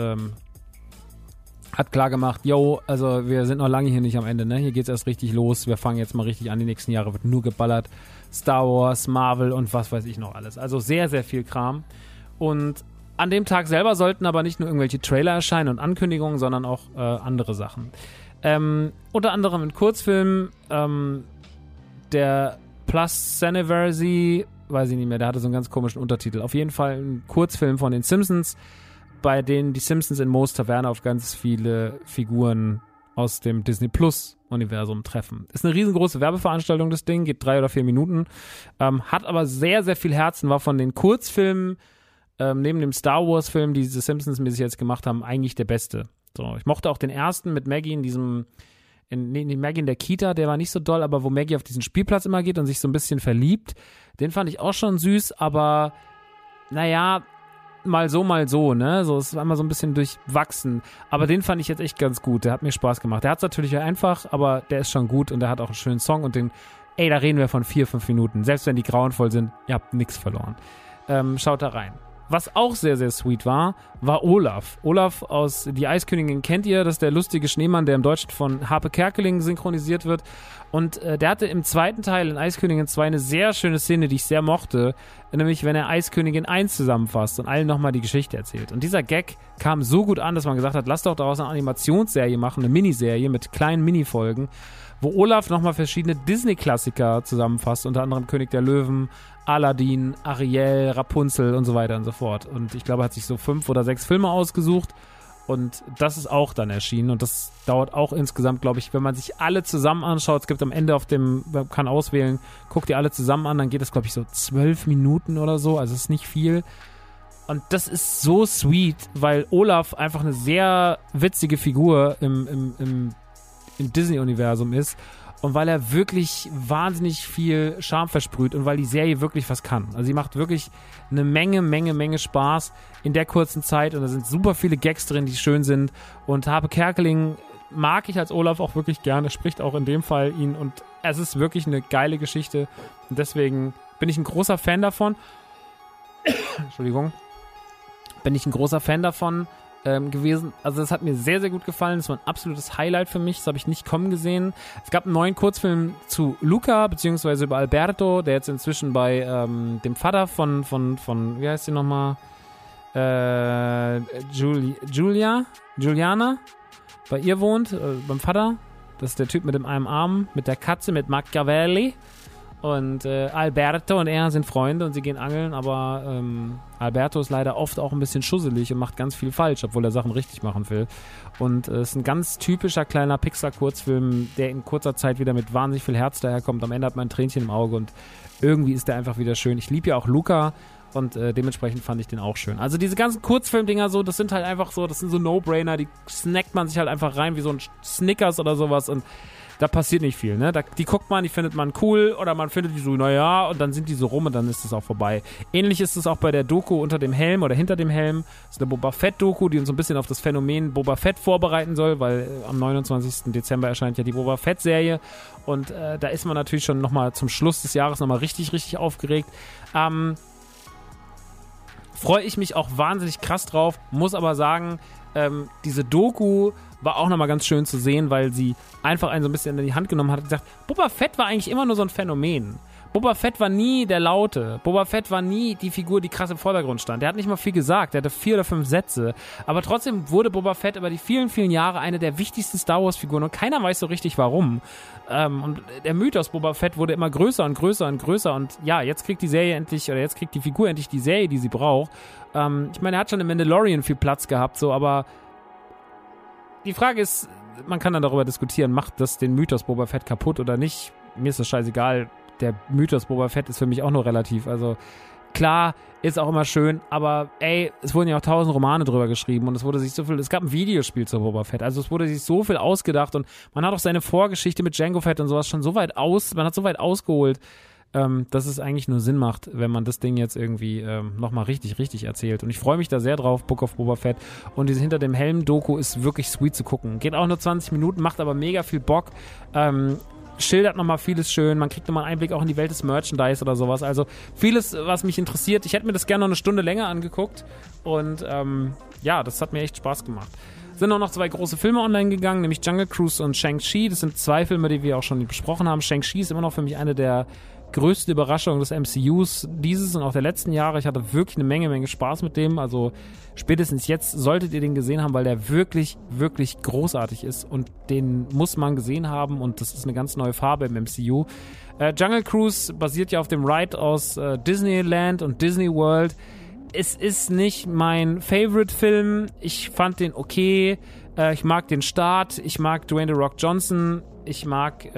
hat klar gemacht, also wir sind noch lange hier nicht am Ende, ne? Hier geht's erst richtig los. Wir fangen jetzt mal richtig an. Die nächsten Jahre wird nur geballert. Star Wars, Marvel und was weiß ich noch alles. Also sehr, sehr viel Kram. Und an dem Tag selber sollten aber nicht nur irgendwelche Trailer erscheinen und Ankündigungen, sondern auch andere Sachen. Unter anderem ein Kurzfilm, der Plus Cineversy, weiß ich nicht mehr, der hatte so einen ganz komischen Untertitel. Auf jeden Fall ein Kurzfilm von den Simpsons, bei denen die Simpsons in Moe's Taverne auf ganz viele Figuren aus dem Disney Plus Universum treffen. Ist eine riesengroße Werbeveranstaltung, das Ding, geht 3 oder 4 Minuten, hat aber sehr, sehr viel Herzen, war von den Kurzfilmen neben dem Star Wars Film, die diese Simpsons mir sich jetzt gemacht haben, eigentlich der beste. So, ich mochte auch den ersten mit Maggie Maggie in der Kita, der war nicht so doll, aber wo Maggie auf diesen Spielplatz immer geht und sich so ein bisschen verliebt, den fand ich auch schon süß, aber naja, mal so, ne, so, es war immer so ein bisschen durchwachsen, aber den fand ich jetzt echt ganz gut, der hat mir Spaß gemacht. Der hat es natürlich einfach, aber der ist schon gut und der hat auch einen schönen Song und da reden wir von 4-5 Minuten, selbst wenn die grauenvoll sind, ihr habt nichts verloren. Schaut da rein. Was auch sehr, sehr sweet war Olaf. Olaf aus Die Eiskönigin kennt ihr, das ist der lustige Schneemann, der im Deutschen von Harpe Kerkeling synchronisiert wird. Und der hatte im zweiten Teil in Eiskönigin 2 eine sehr schöne Szene, die ich sehr mochte, nämlich wenn er Eiskönigin 1 zusammenfasst und allen nochmal die Geschichte erzählt. Und dieser Gag kam so gut an, dass man gesagt hat, lass doch daraus eine Animationsserie machen, eine Miniserie mit kleinen Minifolgen, wo Olaf nochmal verschiedene Disney-Klassiker zusammenfasst, unter anderem König der Löwen, Aladdin, Ariel, Rapunzel und so weiter und so fort. Und ich glaube, er hat sich so 5 oder 6 Filme ausgesucht und das ist auch dann erschienen und das dauert auch insgesamt, glaube ich, wenn man sich alle zusammen anschaut, es gibt am Ende man kann auswählen, guckt ihr alle zusammen an, dann geht es, glaube ich, so 12 Minuten oder so, also es ist nicht viel. Und das ist so sweet, weil Olaf einfach eine sehr witzige Figur im Disney-Universum ist und weil er wirklich wahnsinnig viel Charme versprüht und weil die Serie wirklich was kann. Also sie macht wirklich eine Menge Spaß in der kurzen Zeit und da sind super viele Gags drin, die schön sind und Harpe Kerkeling mag ich als Olaf auch wirklich gerne, spricht auch in dem Fall ihn und es ist wirklich eine geile Geschichte und deswegen bin ich ein großer Fan davon. Entschuldigung. Bin ich ein großer Fan davon gewesen. Also das hat mir sehr, sehr gut gefallen. Das war ein absolutes Highlight für mich. Das habe ich nicht kommen gesehen. Es gab einen neuen Kurzfilm zu Luca, beziehungsweise über Alberto, der jetzt inzwischen bei dem Vater von wie heißt sie nochmal? Juliana bei ihr wohnt, beim Vater. Das ist der Typ mit dem einen Arm, mit der Katze, mit Machiavelli. Und Alberto und er sind Freunde und sie gehen angeln, aber Alberto ist leider oft auch ein bisschen schusselig und macht ganz viel falsch, obwohl er Sachen richtig machen will. Und es ist ein ganz typischer kleiner Pixar-Kurzfilm, der in kurzer Zeit wieder mit wahnsinnig viel Herz daherkommt. Am Ende hat man ein Tränchen im Auge und irgendwie ist der einfach wieder schön. Ich liebe ja auch Luca und dementsprechend fand ich den auch schön. Also diese ganzen Kurzfilmdinger so, das sind halt einfach so, das sind so No-Brainer, die snackt man sich halt einfach rein wie so ein Snickers oder sowas und da passiert nicht viel, ne? Die guckt man, die findet man cool oder man findet die so, naja, und dann sind die so rum und dann ist es auch vorbei. Ähnlich ist es auch bei der Doku unter dem Helm oder hinter dem Helm. Das ist eine Boba Fett-Doku, die uns so ein bisschen auf das Phänomen Boba Fett vorbereiten soll, weil am 29. Dezember erscheint ja die Boba Fett-Serie und da ist man natürlich schon nochmal zum Schluss des Jahres nochmal richtig aufgeregt. Freue ich mich auch wahnsinnig krass drauf, muss aber sagen, diese Doku war auch nochmal ganz schön zu sehen, weil sie einfach einen so ein bisschen in die Hand genommen hat und gesagt, Boba Fett war eigentlich immer nur so ein Phänomen. Boba Fett war nie der Laute. Boba Fett war nie die Figur, die krass im Vordergrund stand. Der hat nicht mal viel gesagt. Der hatte 4 oder 5 Sätze. Aber trotzdem wurde Boba Fett über die vielen, vielen Jahre eine der wichtigsten Star Wars-Figuren und keiner weiß so richtig, warum. Und der Mythos Boba Fett wurde immer größer und größer und größer und ja, jetzt kriegt die Figur endlich die Serie, die sie braucht. Ich meine, er hat schon im Mandalorian viel Platz gehabt, so, aber die Frage ist, man kann dann darüber diskutieren, macht das den Mythos Boba Fett kaputt oder nicht? Mir ist das scheißegal. Der Mythos Boba Fett ist für mich auch nur relativ. Also klar, ist auch immer schön, aber es wurden ja auch 1000 Romane drüber geschrieben und es gab ein Videospiel zu Boba Fett, also es wurde sich so viel ausgedacht und man hat auch seine Vorgeschichte mit Jango Fett und sowas schon man hat so weit ausgeholt, dass es eigentlich nur Sinn macht, wenn man das Ding jetzt irgendwie nochmal richtig, richtig erzählt. Und ich freue mich da sehr drauf, Book of Boba Fett. Und diese Hinter dem Helm-Doku ist wirklich sweet zu gucken. Geht auch nur 20 Minuten, macht aber mega viel Bock. Schildert nochmal vieles schön, man kriegt nochmal einen Einblick auch in die Welt des Merchandise oder sowas, also vieles, was mich interessiert. Ich hätte mir das gerne noch eine Stunde länger angeguckt und ja, das hat mir echt Spaß gemacht. Sind auch noch 2 große Filme online gegangen, nämlich Jungle Cruise und Shang-Chi. Das sind 2 Filme, die wir auch schon besprochen haben. Shang-Chi ist immer noch für mich eine der größten Überraschungen des MCUs dieses und auch der letzten Jahre. Ich hatte wirklich eine Menge Spaß mit dem, also spätestens jetzt solltet ihr den gesehen haben, weil der wirklich, wirklich großartig ist und den muss man gesehen haben und das ist eine ganz neue Farbe im MCU. Jungle Cruise basiert ja auf dem Ride aus Disneyland und Disney World. Es ist nicht mein Favorite-Film. Ich fand den okay. Ich mag den Start. Ich mag Dwayne The Rock Johnson. Ich mag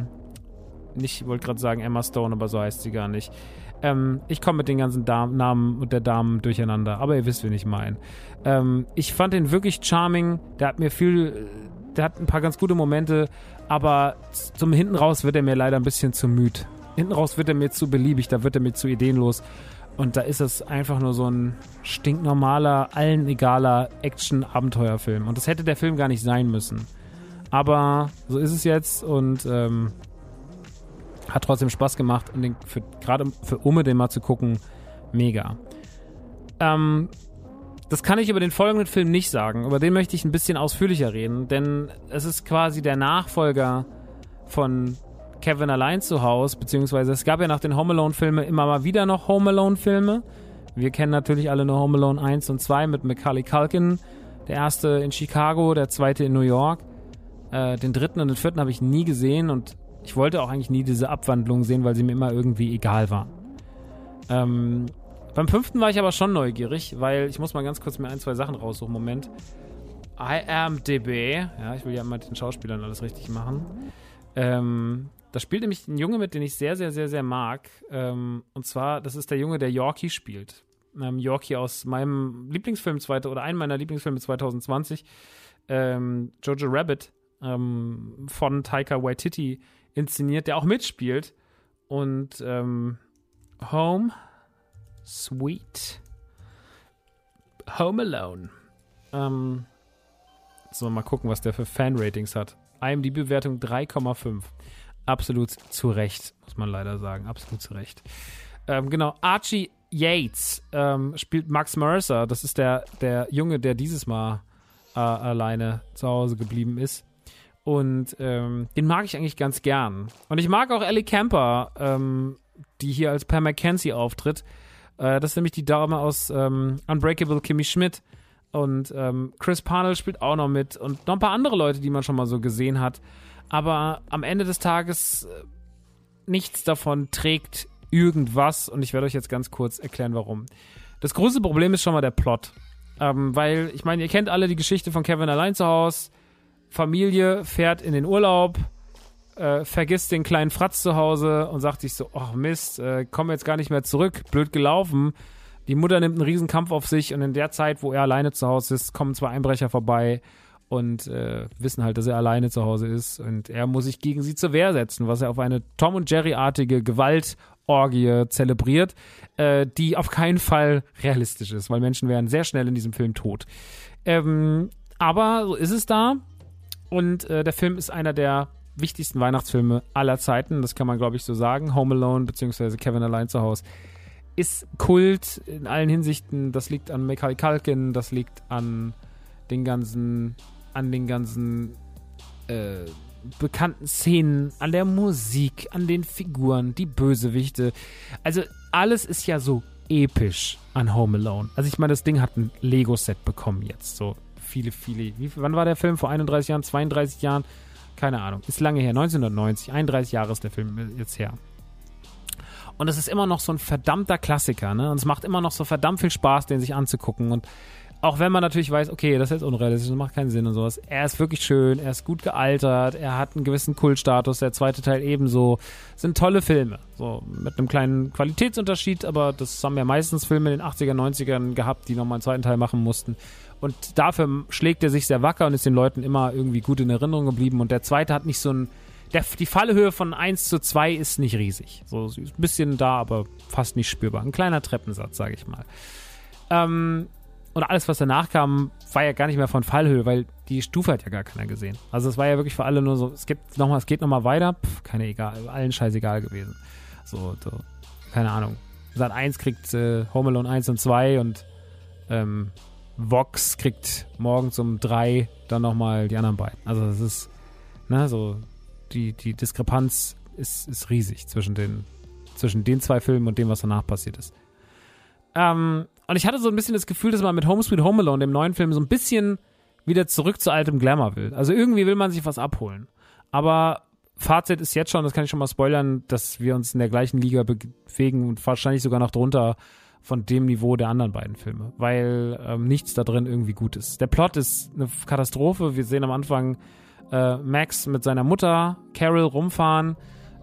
ich wollte gerade sagen Emma Stone, aber so heißt sie gar nicht. Ich komme mit den ganzen Namen und der Damen durcheinander, aber ihr wisst, wen ich meine. Ich fand den wirklich charming, der hat ein paar ganz gute Momente, aber zum hinten raus wird er mir leider ein bisschen zu müde. Hinten raus wird er mir zu beliebig, da wird er mir zu ideenlos und da ist es einfach nur so ein stinknormaler, allen egaler Action-Abenteuerfilm und das hätte der Film gar nicht sein müssen. Aber so ist es jetzt und hat trotzdem Spaß gemacht und gerade für Umme den mal zu gucken, mega. Das kann ich über den folgenden Film nicht sagen, über den möchte ich ein bisschen ausführlicher reden, denn es ist quasi der Nachfolger von Kevin allein zu Hause, beziehungsweise es gab ja nach den Home Alone-Filmen immer mal wieder noch Home Alone-Filme. Wir kennen natürlich alle nur Home Alone 1 und 2 mit Macaulay Culkin, der erste in Chicago, der zweite in New York. Den dritten und den vierten habe ich nie gesehen und ich wollte auch eigentlich nie diese Abwandlung sehen, weil sie mir immer irgendwie egal war. Beim 5. war ich aber schon neugierig, weil ich muss mal ganz kurz mir 1, 2 Sachen raussuchen. Moment. IMDb. Ja, ich will ja immer mit den Schauspielern alles richtig machen. Da spielt nämlich ein Junge mit, den ich sehr, sehr, sehr, sehr mag. Und zwar, das ist der Junge, der Yorkie spielt. Yorkie aus meinem Lieblingsfilm oder einem meiner Lieblingsfilme 2020. Jojo Rabbit von Taika Waititi inszeniert, der auch mitspielt. Und Home Sweet Home Alone. So, mal gucken, was der für Fan-Ratings hat. IMDb-Bewertung 3,5. Absolut zu Recht, muss man leider sagen. Absolut zu Recht. Genau, Archie Yates spielt Max Mercer. Das ist der Junge, der dieses Mal alleine zu Hause geblieben ist. Und den mag ich eigentlich ganz gern. Und ich mag auch Ellie Kemper, die hier als Pam McKenzie auftritt. Das ist nämlich die Dame aus Unbreakable Kimmy Schmidt. Und Chris Parnell spielt auch noch mit. Und noch ein paar andere Leute, die man schon mal so gesehen hat. Aber am Ende des Tages nichts davon trägt irgendwas. Und ich werde euch jetzt ganz kurz erklären, warum. Das große Problem ist schon mal der Plot. Weil, ich meine, ihr kennt alle die Geschichte von Kevin allein zu Hause. Familie fährt in den Urlaub, vergisst den kleinen Fratz zu Hause und sagt sich so, oh Mist, komme jetzt gar nicht mehr zurück, blöd gelaufen. Die Mutter nimmt einen Riesenkampf auf sich und in der Zeit, wo er alleine zu Hause ist, kommen 2 Einbrecher vorbei und wissen halt, dass er alleine zu Hause ist und er muss sich gegen sie zur Wehr setzen, was er auf eine Tom und Jerry-artige Gewaltorgie zelebriert, die auf keinen Fall realistisch ist, weil Menschen wären sehr schnell in diesem Film tot. Aber so ist es da. Und der Film ist einer der wichtigsten Weihnachtsfilme aller Zeiten. Das kann man, glaube ich, so sagen. Home Alone bzw. Kevin allein zu Hause ist Kult in allen Hinsichten. Das liegt an Macaulay Culkin, das liegt an den ganzen bekannten Szenen, an der Musik, an den Figuren, die Bösewichte. Also alles ist ja so episch an Home Alone. Also ich meine, das Ding hat ein Lego-Set bekommen jetzt. So viele. Wann war der Film? Vor 31 Jahren, 32 Jahren? Keine Ahnung. Ist lange her. 1990. 31 Jahre ist der Film jetzt her. Und es ist immer noch so ein verdammter Klassiker, ne? Und es macht immer noch so verdammt viel Spaß, den sich anzugucken. Und auch wenn man natürlich weiß, okay, das ist jetzt unrealistisch, das macht keinen Sinn und sowas. Er ist wirklich schön, er ist gut gealtert, er hat einen gewissen Kultstatus, der zweite Teil ebenso. Sind tolle Filme, so mit einem kleinen Qualitätsunterschied, aber das haben ja meistens Filme in den 80er, 90ern gehabt, die nochmal einen zweiten Teil machen mussten. Und dafür schlägt er sich sehr wacker und ist den Leuten immer irgendwie gut in Erinnerung geblieben. Und der zweite hat nicht so ein... Die Fallhöhe von 1:2 ist nicht riesig. So ist ein bisschen da, aber fast nicht spürbar. Ein kleiner Treppensatz, sage ich mal. Und alles, was danach kam, war ja gar nicht mehr von Fallhöhe, weil die Stufe hat ja gar keiner gesehen. Also es war ja wirklich für alle nur so, es geht nochmal weiter, allen scheißegal gewesen. So, keine Ahnung. Sat 1 kriegt Home Alone 1 und 2 und Vox kriegt morgens um 3 dann nochmal die anderen beiden. Also das ist, so die Diskrepanz ist riesig zwischen den zwei Filmen und dem, was danach passiert ist. Und ich hatte so ein bisschen das Gefühl, dass man mit Home Sweet Home Alone, dem neuen Film, so ein bisschen wieder zurück zu altem Glamour will. Also irgendwie will man sich was abholen. Aber Fazit ist jetzt schon, das kann ich schon mal spoilern, dass wir uns in der gleichen Liga bewegen und wahrscheinlich sogar noch drunter von dem Niveau der anderen beiden Filme. Weil nichts da drin irgendwie gut ist. Der Plot ist eine Katastrophe. Wir sehen am Anfang Max mit seiner Mutter, Carol, rumfahren.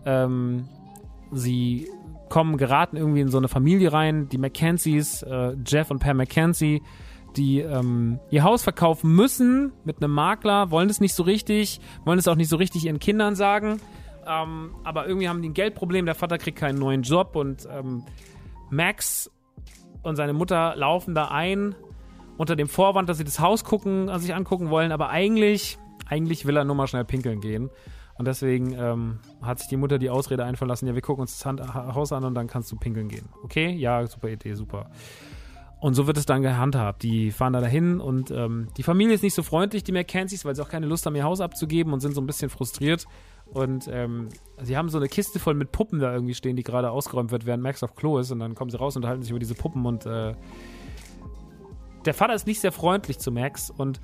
Sie geraten irgendwie in so eine Familie rein, die Mackenzies, Jeff und Pam Mackenzie, die ihr Haus verkaufen müssen mit einem Makler, wollen es nicht so richtig, wollen es auch nicht so richtig ihren Kindern sagen, aber irgendwie haben die ein Geldproblem, der Vater kriegt keinen neuen Job und Max und seine Mutter laufen da ein unter dem Vorwand, dass sie das Haus sich angucken wollen, aber eigentlich will er nur mal schnell pinkeln gehen. Und deswegen hat sich die Mutter die Ausrede einfallen lassen, ja, wir gucken uns das Haus an und dann kannst du pinkeln gehen. Okay? Ja, super Idee, super. Und so wird es dann gehandhabt. Die fahren da dahin und die Familie ist nicht so freundlich, die Mackenzies, weil sie auch keine Lust haben, ihr Haus abzugeben und sind so ein bisschen frustriert. Und sie haben so eine Kiste voll mit Puppen da irgendwie stehen, die gerade ausgeräumt wird, während Max auf Klo ist. Und dann kommen sie raus und unterhalten sich über diese Puppen. Und der Vater ist nicht sehr freundlich zu Max. Und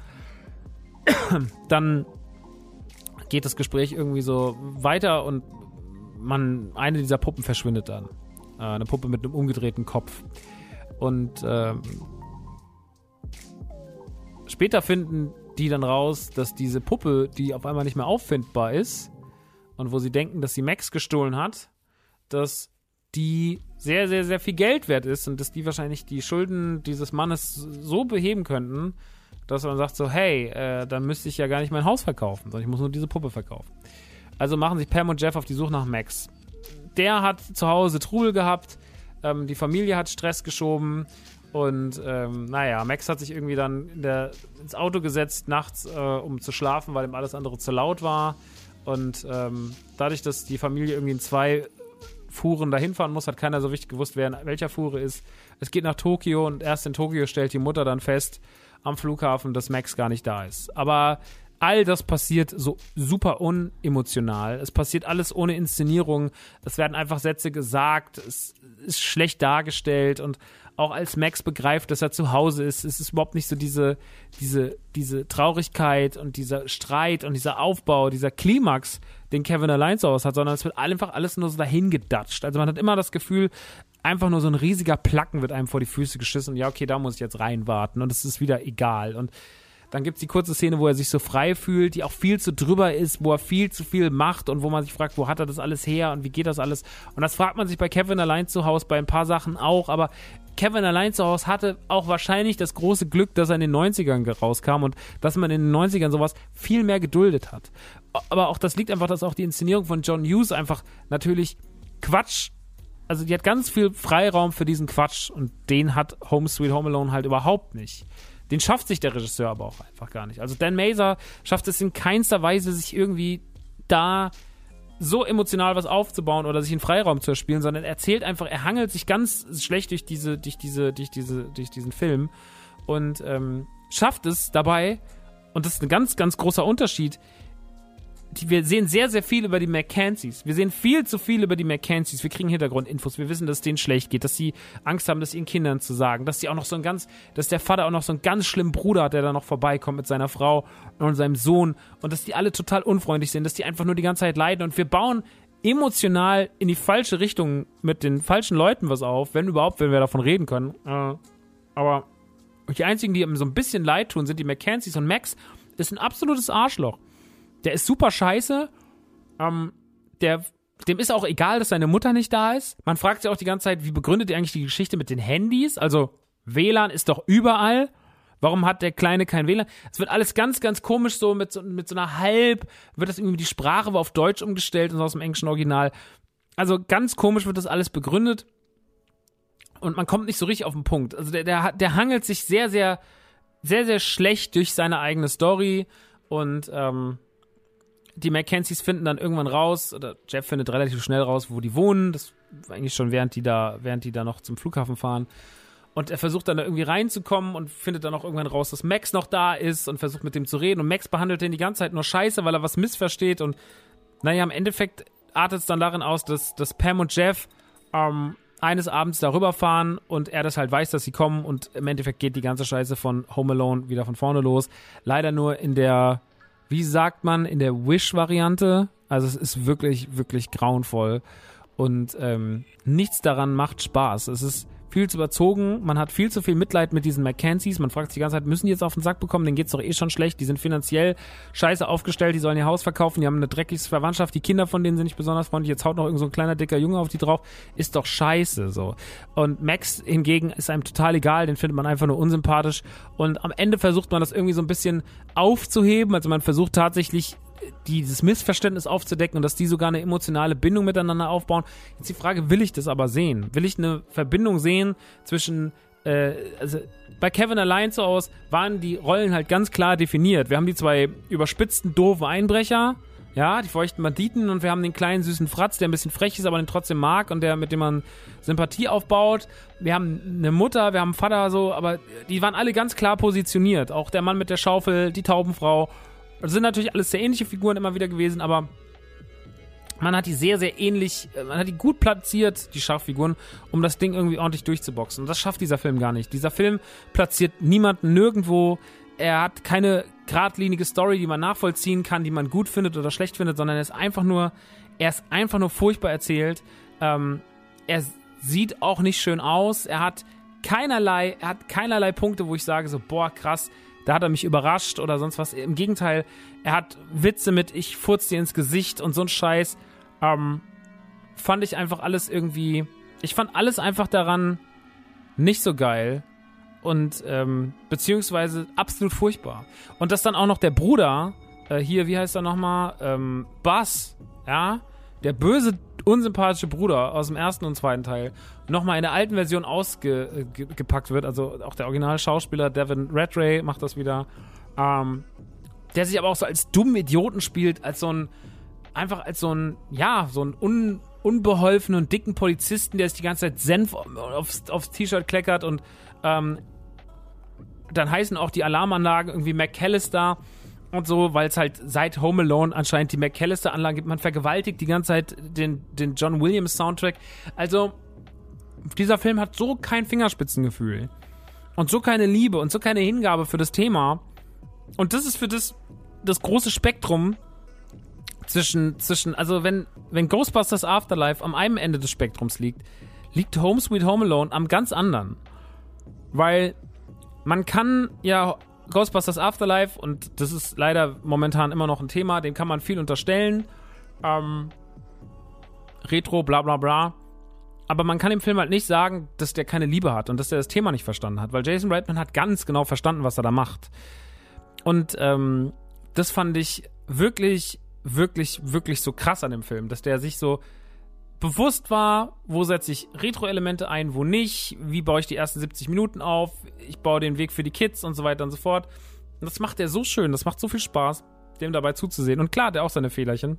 dann geht das Gespräch irgendwie so weiter und eine dieser Puppen verschwindet dann. Eine Puppe mit einem umgedrehten Kopf. Und später finden die dann raus, dass diese Puppe, die auf einmal nicht mehr auffindbar ist und wo sie denken, dass sie Max gestohlen hat, dass die sehr, sehr, sehr viel Geld wert ist und dass die wahrscheinlich die Schulden dieses Mannes so beheben könnten, dass man sagt so, hey, dann müsste ich ja gar nicht mein Haus verkaufen, sondern ich muss nur diese Puppe verkaufen. Also machen sich Pam und Jeff auf die Suche nach Max. Der hat zu Hause Trubel gehabt, die Familie hat Stress geschoben und Max hat sich irgendwie dann ins Auto gesetzt nachts, um zu schlafen, weil ihm alles andere zu laut war und dadurch, dass die Familie irgendwie in 2 Fuhren dahin fahren muss, hat keiner so richtig gewusst, wer in welcher Fuhre ist. Es geht nach Tokio und erst in Tokio stellt die Mutter dann fest, am Flughafen, dass Max gar nicht da ist. Aber all das passiert so super unemotional. Es passiert alles ohne Inszenierung. Es werden einfach Sätze gesagt. Es ist schlecht dargestellt. Und auch als Max begreift, dass er zu Hause ist, ist es überhaupt nicht so diese Traurigkeit und dieser Streit und dieser Aufbau, dieser Klimax, den Kevin allein zu Hause hat, sondern es wird einfach alles nur so dahin gedatscht. Also man hat immer das Gefühl, einfach nur so ein riesiger Placken wird einem vor die Füße geschissen. Ja, okay, da muss ich jetzt reinwarten und es ist wieder egal. Und dann gibt es die kurze Szene, wo er sich so frei fühlt, die auch viel zu drüber ist, wo er viel zu viel macht und wo man sich fragt, wo hat er das alles her und wie geht das alles? Und das fragt man sich bei Kevin allein zu Hause bei ein paar Sachen auch, aber Kevin allein zu Hause hatte auch wahrscheinlich das große Glück, dass er in den 90ern rauskam und dass man in den 90ern sowas viel mehr geduldet hat. Aber auch das liegt einfach, dass auch die Inszenierung von John Hughes einfach natürlich Quatsch, also die hat ganz viel Freiraum für diesen Quatsch und den hat Home Sweet Home Alone halt überhaupt nicht. Den schafft sich der Regisseur aber auch einfach gar nicht. Also Dan Mazer schafft es in keinster Weise, sich irgendwie da so emotional was aufzubauen oder sich einen Freiraum zu erspielen, sondern er erzählt einfach, er hangelt sich ganz schlecht durch diesen Film und schafft es dabei, und das ist ein ganz, ganz großer Unterschied, wir sehen sehr, sehr viel über die Mackenzies. Wir sehen viel zu viel über die Mackenzies. Wir kriegen Hintergrundinfos. Wir wissen, dass es denen schlecht geht, dass sie Angst haben, das ihren Kindern zu sagen, dass der Vater auch noch so einen ganz schlimmen Bruder hat, der da noch vorbeikommt mit seiner Frau und seinem Sohn und dass die alle total unfreundlich sind, dass die einfach nur die ganze Zeit leiden und wir bauen emotional in die falsche Richtung mit den falschen Leuten was auf, wenn wir davon reden können. Aber die einzigen, die ihm so ein bisschen leid tun, sind die Mackenzies und Max ist ein absolutes Arschloch. Der ist super scheiße. Dem ist auch egal, dass seine Mutter nicht da ist. Man fragt sich auch die ganze Zeit, wie begründet ihr eigentlich die Geschichte mit den Handys? Also WLAN ist doch überall. Warum hat der Kleine kein WLAN? Es wird alles ganz, ganz komisch so mit so einer wird das irgendwie, die Sprache war auf Deutsch umgestellt und aus dem englischen Original. Also ganz komisch wird das alles begründet und man kommt nicht so richtig auf den Punkt. Also der hangelt sich sehr, sehr, sehr, sehr schlecht durch seine eigene Story und die Mackenzies finden dann irgendwann raus, oder Jeff findet relativ schnell raus, wo die wohnen. Das war eigentlich schon während die da noch zum Flughafen fahren. Und er versucht dann da irgendwie reinzukommen und findet dann auch irgendwann raus, dass Max noch da ist und versucht mit dem zu reden. Und Max behandelt den die ganze Zeit nur scheiße, weil er was missversteht. Und naja, im Endeffekt artet es dann darin aus, dass Pam und Jeff eines Abends darüber fahren und er das halt weiß, dass sie kommen. Und im Endeffekt geht die ganze Scheiße von Home Alone wieder von vorne los. Leider nur in der, wie sagt man, in der Wish-Variante. Also es ist wirklich, wirklich grauenvoll. Und nichts daran macht Spaß. Es ist viel zu überzogen. Man hat viel zu viel Mitleid mit diesen Mackenzies. Man fragt sich die ganze Zeit, müssen die jetzt auf den Sack bekommen? Denen geht's doch eh schon schlecht. Die sind finanziell scheiße aufgestellt. Die sollen ihr Haus verkaufen. Die haben eine dreckige Verwandtschaft. Die Kinder von denen sind nicht besonders freundlich. Jetzt haut noch irgend so ein kleiner, dicker Junge auf die drauf. Ist doch scheiße, so. Und Max hingegen ist einem total egal. Den findet man einfach nur unsympathisch. Und am Ende versucht man das irgendwie so ein bisschen aufzuheben. Also man versucht tatsächlich dieses Missverständnis aufzudecken und dass die sogar eine emotionale Bindung miteinander aufbauen. Jetzt die Frage, will ich das aber sehen? Will ich eine Verbindung sehen zwischen, also bei Kevin allein so aus waren die Rollen halt ganz klar definiert. Wir haben die zwei überspitzten, doofen Einbrecher, ja, die feuchten Banditen und wir haben den kleinen, süßen Fratz, der ein bisschen frech ist, aber den trotzdem mag und mit dem man Sympathie aufbaut. Wir haben eine Mutter, wir haben einen Vater, so, aber die waren alle ganz klar positioniert. Auch der Mann mit der Schaufel, die Taubenfrau. Das sind natürlich alles sehr ähnliche Figuren immer wieder gewesen, aber man hat die sehr, sehr ähnlich, man hat die gut platziert, die Schachfiguren, um das Ding irgendwie ordentlich durchzuboxen. Und das schafft dieser Film gar nicht. Dieser Film platziert niemanden nirgendwo. Er hat keine geradlinige Story, die man nachvollziehen kann, die man gut findet oder schlecht findet, sondern er ist einfach nur furchtbar erzählt. Er sieht auch nicht schön aus. Er hat keinerlei Punkte, wo ich sage so, boah, krass, da hat er mich überrascht oder sonst was. Im Gegenteil, er hat Witze mit ich furz dir ins Gesicht und so ein Scheiß. Fand ich einfach alles irgendwie... Ich fand alles einfach daran nicht so geil und beziehungsweise absolut furchtbar. Und dass dann auch noch der Bruder, hier, wie heißt er nochmal? Buzz, ja? Der böse, unsympathische Bruder aus dem ersten und zweiten Teil nochmal in der alten Version ausgepackt wird, also auch der Originalschauspieler Devin Redray macht das wieder, der sich aber auch so als dummen Idioten spielt, als so ein unbeholfenen, dicken Polizisten, der sich die ganze Zeit Senf aufs T-Shirt kleckert und dann heißen auch die Alarmanlagen irgendwie McAllister und so, weil es halt seit Home Alone anscheinend die McAllister-Anlagen gibt. Man vergewaltigt die ganze Zeit den John Williams-Soundtrack. Also, dieser Film hat so kein Fingerspitzengefühl und so keine Liebe und so keine Hingabe für das Thema. Und das ist für das große Spektrum zwischen also wenn Ghostbusters Afterlife am einen Ende des Spektrums liegt Home Sweet Home Alone am ganz anderen. Weil man kann ja Ghostbusters Afterlife, und das ist leider momentan immer noch ein Thema, dem kann man viel unterstellen. Retro, bla bla bla. Aber man kann dem Film halt nicht sagen, dass der keine Liebe hat und dass der das Thema nicht verstanden hat, weil Jason Reitman hat ganz genau verstanden, was er da macht. Und das fand ich wirklich, wirklich, wirklich so krass an dem Film, dass der sich so bewusst war, wo setze ich Retro-Elemente ein, wo nicht, wie baue ich die ersten 70 Minuten auf, ich baue den Weg für die Kids und so weiter und so fort. Und das macht er so schön, das macht so viel Spaß, dem dabei zuzusehen. Und klar, der auch seine Fehlerchen.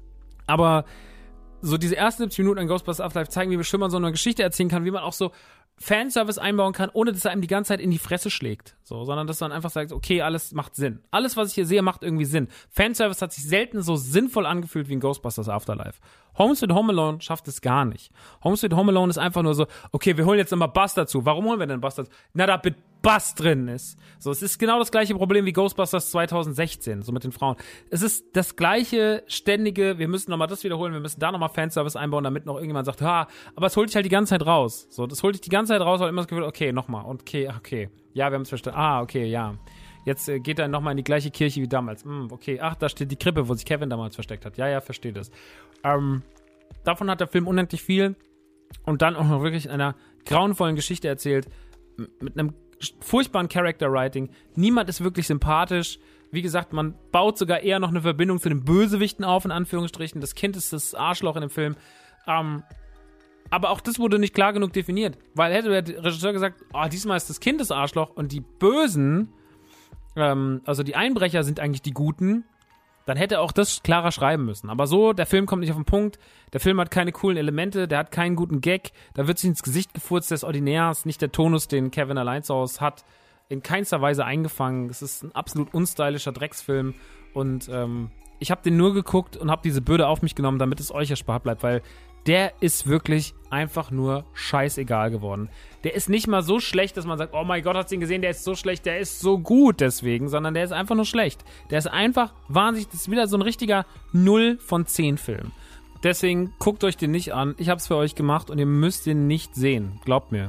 Aber so diese ersten 70 Minuten an Ghostbusters Afterlife zeigen, wie beschön man so eine Geschichte erzählen kann, wie man auch so Fanservice einbauen kann, ohne dass er einem die ganze Zeit in die Fresse schlägt. So, sondern dass man einfach sagt, okay, alles macht Sinn. Alles, was ich hier sehe, macht irgendwie Sinn. Fanservice hat sich selten so sinnvoll angefühlt wie in Ghostbusters Afterlife. Home Sweet Home Alone schafft es gar nicht. Home Sweet Home Alone ist einfach nur so, okay, wir holen jetzt nochmal Buzz dazu. Warum holen wir denn Buzz dazu? Na, da mit Buzz drin ist. So, es ist genau das gleiche Problem wie Ghostbusters 2016, so mit den Frauen. Es ist das gleiche ständige, wir müssen nochmal das wiederholen, wir müssen da nochmal Fanservice einbauen, damit noch irgendjemand sagt, ha, aber es holt dich halt die ganze Zeit raus. So, das holt dich die ganze Zeit raus, weil immer das Gefühl, okay, nochmal, okay. Ja, wir haben es verstanden. Okay, ja. Jetzt geht er nochmal in die gleiche Kirche wie damals. Okay, ach, da steht die Krippe, wo sich Kevin damals versteckt hat. Ja, verstehe das. Davon hat der Film unendlich viel und dann auch noch wirklich in einer grauenvollen Geschichte erzählt, mit einem furchtbaren Character-Writing. Niemand ist wirklich sympathisch. Wie gesagt, man baut sogar eher noch eine Verbindung zu den Bösewichten auf, in Anführungsstrichen. Das Kind ist das Arschloch in dem Film. Aber auch das wurde nicht klar genug definiert. Weil hätte der Regisseur gesagt, diesmal ist das Kind das Arschloch und die Bösen, also die Einbrecher sind eigentlich die Guten, dann hätte er auch das klarer schreiben müssen. Aber so, der Film kommt nicht auf den Punkt, der Film hat keine coolen Elemente, der hat keinen guten Gag, da wird sich ins Gesicht gefurzt des Ordinärs, nicht der Tonus, den Kevin allein zu Hause hat, in keinster Weise eingefangen. Es ist ein absolut unstylischer Drecksfilm und ich habe den nur geguckt und habe diese Bürde auf mich genommen, damit es euch erspart bleibt, weil der ist wirklich einfach nur scheißegal geworden. Der ist nicht mal so schlecht, dass man sagt, oh mein Gott, hast du ihn gesehen, der ist so schlecht, der ist so gut deswegen, sondern der ist einfach nur schlecht. Der ist einfach wahnsinnig, das ist wieder so ein richtiger 0 von 10 Film. Deswegen guckt euch den nicht an. Ich hab's für euch gemacht und ihr müsst den nicht sehen. Glaubt mir.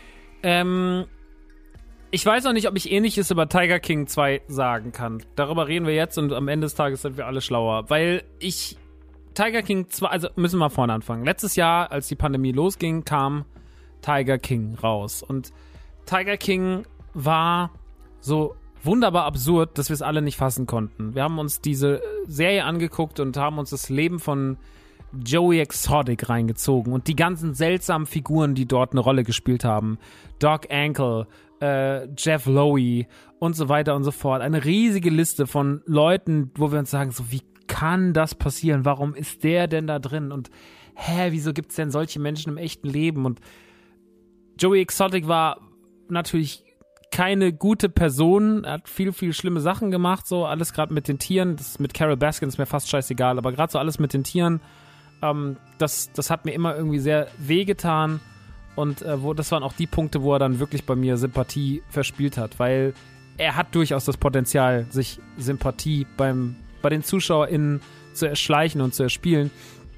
Ich weiß auch nicht, ob ich Ähnliches über Tiger King 2 sagen kann. Darüber reden wir jetzt und am Ende des Tages sind wir alle schlauer. Weil Tiger King 2, also müssen wir mal vorne anfangen. Letztes Jahr, als die Pandemie losging, kam Tiger King raus. Und Tiger King war so wunderbar absurd, dass wir es alle nicht fassen konnten. Wir haben uns diese Serie angeguckt und haben uns das Leben von Joey Exotic reingezogen und die ganzen seltsamen Figuren, die dort eine Rolle gespielt haben. Doc Antle, Jeff Lowe und so weiter und so fort. Eine riesige Liste von Leuten, wo wir uns sagen, so wie kann das passieren? Warum ist der denn da drin? Und wieso gibt es denn solche Menschen im echten Leben? Und Joey Exotic war natürlich keine gute Person, er hat viel, viel schlimme Sachen gemacht, so alles gerade mit den Tieren, das mit Carol Baskin ist mir fast scheißegal, aber gerade so alles mit den Tieren, das hat mir immer irgendwie sehr wehgetan und das waren auch die Punkte, wo er dann wirklich bei mir Sympathie verspielt hat, weil er hat durchaus das Potenzial, sich Sympathie bei den ZuschauerInnen zu erschleichen und zu erspielen,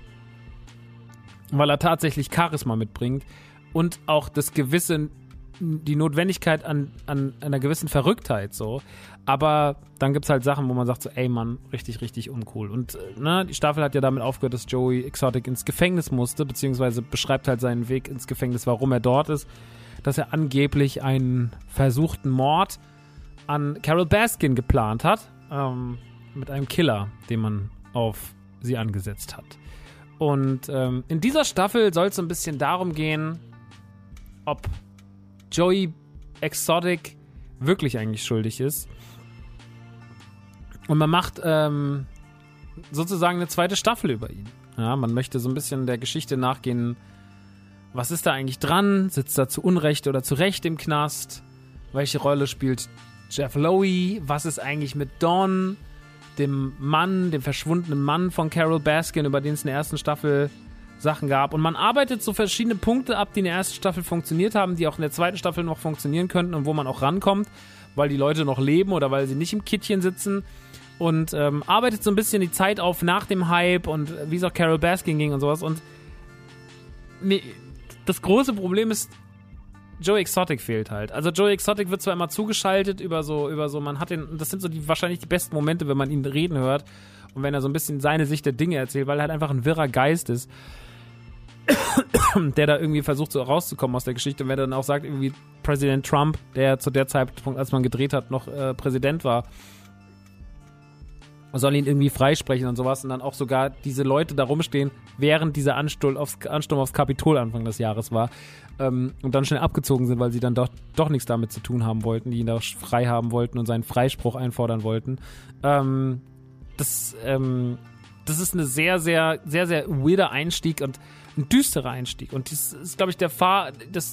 weil er tatsächlich Charisma mitbringt und auch die Notwendigkeit an einer gewissen Verrücktheit so. Aber dann gibt's halt Sachen, wo man sagt so, ey Mann, richtig, richtig uncool. Und die Staffel hat ja damit aufgehört, dass Joey Exotic ins Gefängnis musste, beziehungsweise beschreibt halt seinen Weg ins Gefängnis, warum er dort ist, dass er angeblich einen versuchten Mord an Carol Baskin geplant hat, mit einem Killer, den man auf sie angesetzt hat. Und in dieser Staffel soll es so ein bisschen darum gehen, ob Joey Exotic wirklich eigentlich schuldig ist. Und man macht sozusagen eine zweite Staffel über ihn. Ja, man möchte so ein bisschen der Geschichte nachgehen, was ist da eigentlich dran? Sitzt er zu Unrecht oder zu Recht im Knast? Welche Rolle spielt Jeff Lowe? Was ist eigentlich mit Dawn, dem verschwundenen Mann von Carol Baskin, über den es in der ersten Staffel Sachen gab? Und man arbeitet so verschiedene Punkte ab, die in der ersten Staffel funktioniert haben, die auch in der zweiten Staffel noch funktionieren könnten und wo man auch rankommt, weil die Leute noch leben oder weil sie nicht im Kittchen sitzen. Und arbeitet so ein bisschen die Zeit auf nach dem Hype und wie es auch Carol Baskin ging und sowas. Und das große Problem ist, Joey Exotic fehlt halt. Also Joey Exotic wird zwar immer zugeschaltet über so, man hat das sind so wahrscheinlich die besten Momente, wenn man ihn reden hört und wenn er so ein bisschen seine Sicht der Dinge erzählt, weil er halt einfach ein wirrer Geist ist, der da irgendwie versucht so rauszukommen aus der Geschichte. Und wenn er dann auch sagt, irgendwie Präsident Trump, der zu der Zeitpunkt, als man gedreht hat, noch Präsident war, soll ihn irgendwie freisprechen und sowas und dann auch sogar diese Leute da rumstehen, während dieser Ansturm aufs Kapitol Anfang des Jahres war und dann schnell abgezogen sind, weil sie dann doch nichts damit zu tun haben wollten, die ihn da frei haben wollten und seinen Freispruch einfordern wollten. Das ist eine sehr, sehr, sehr, sehr weirder Einstieg und ein düsterer Einstieg und das ist, glaube ich,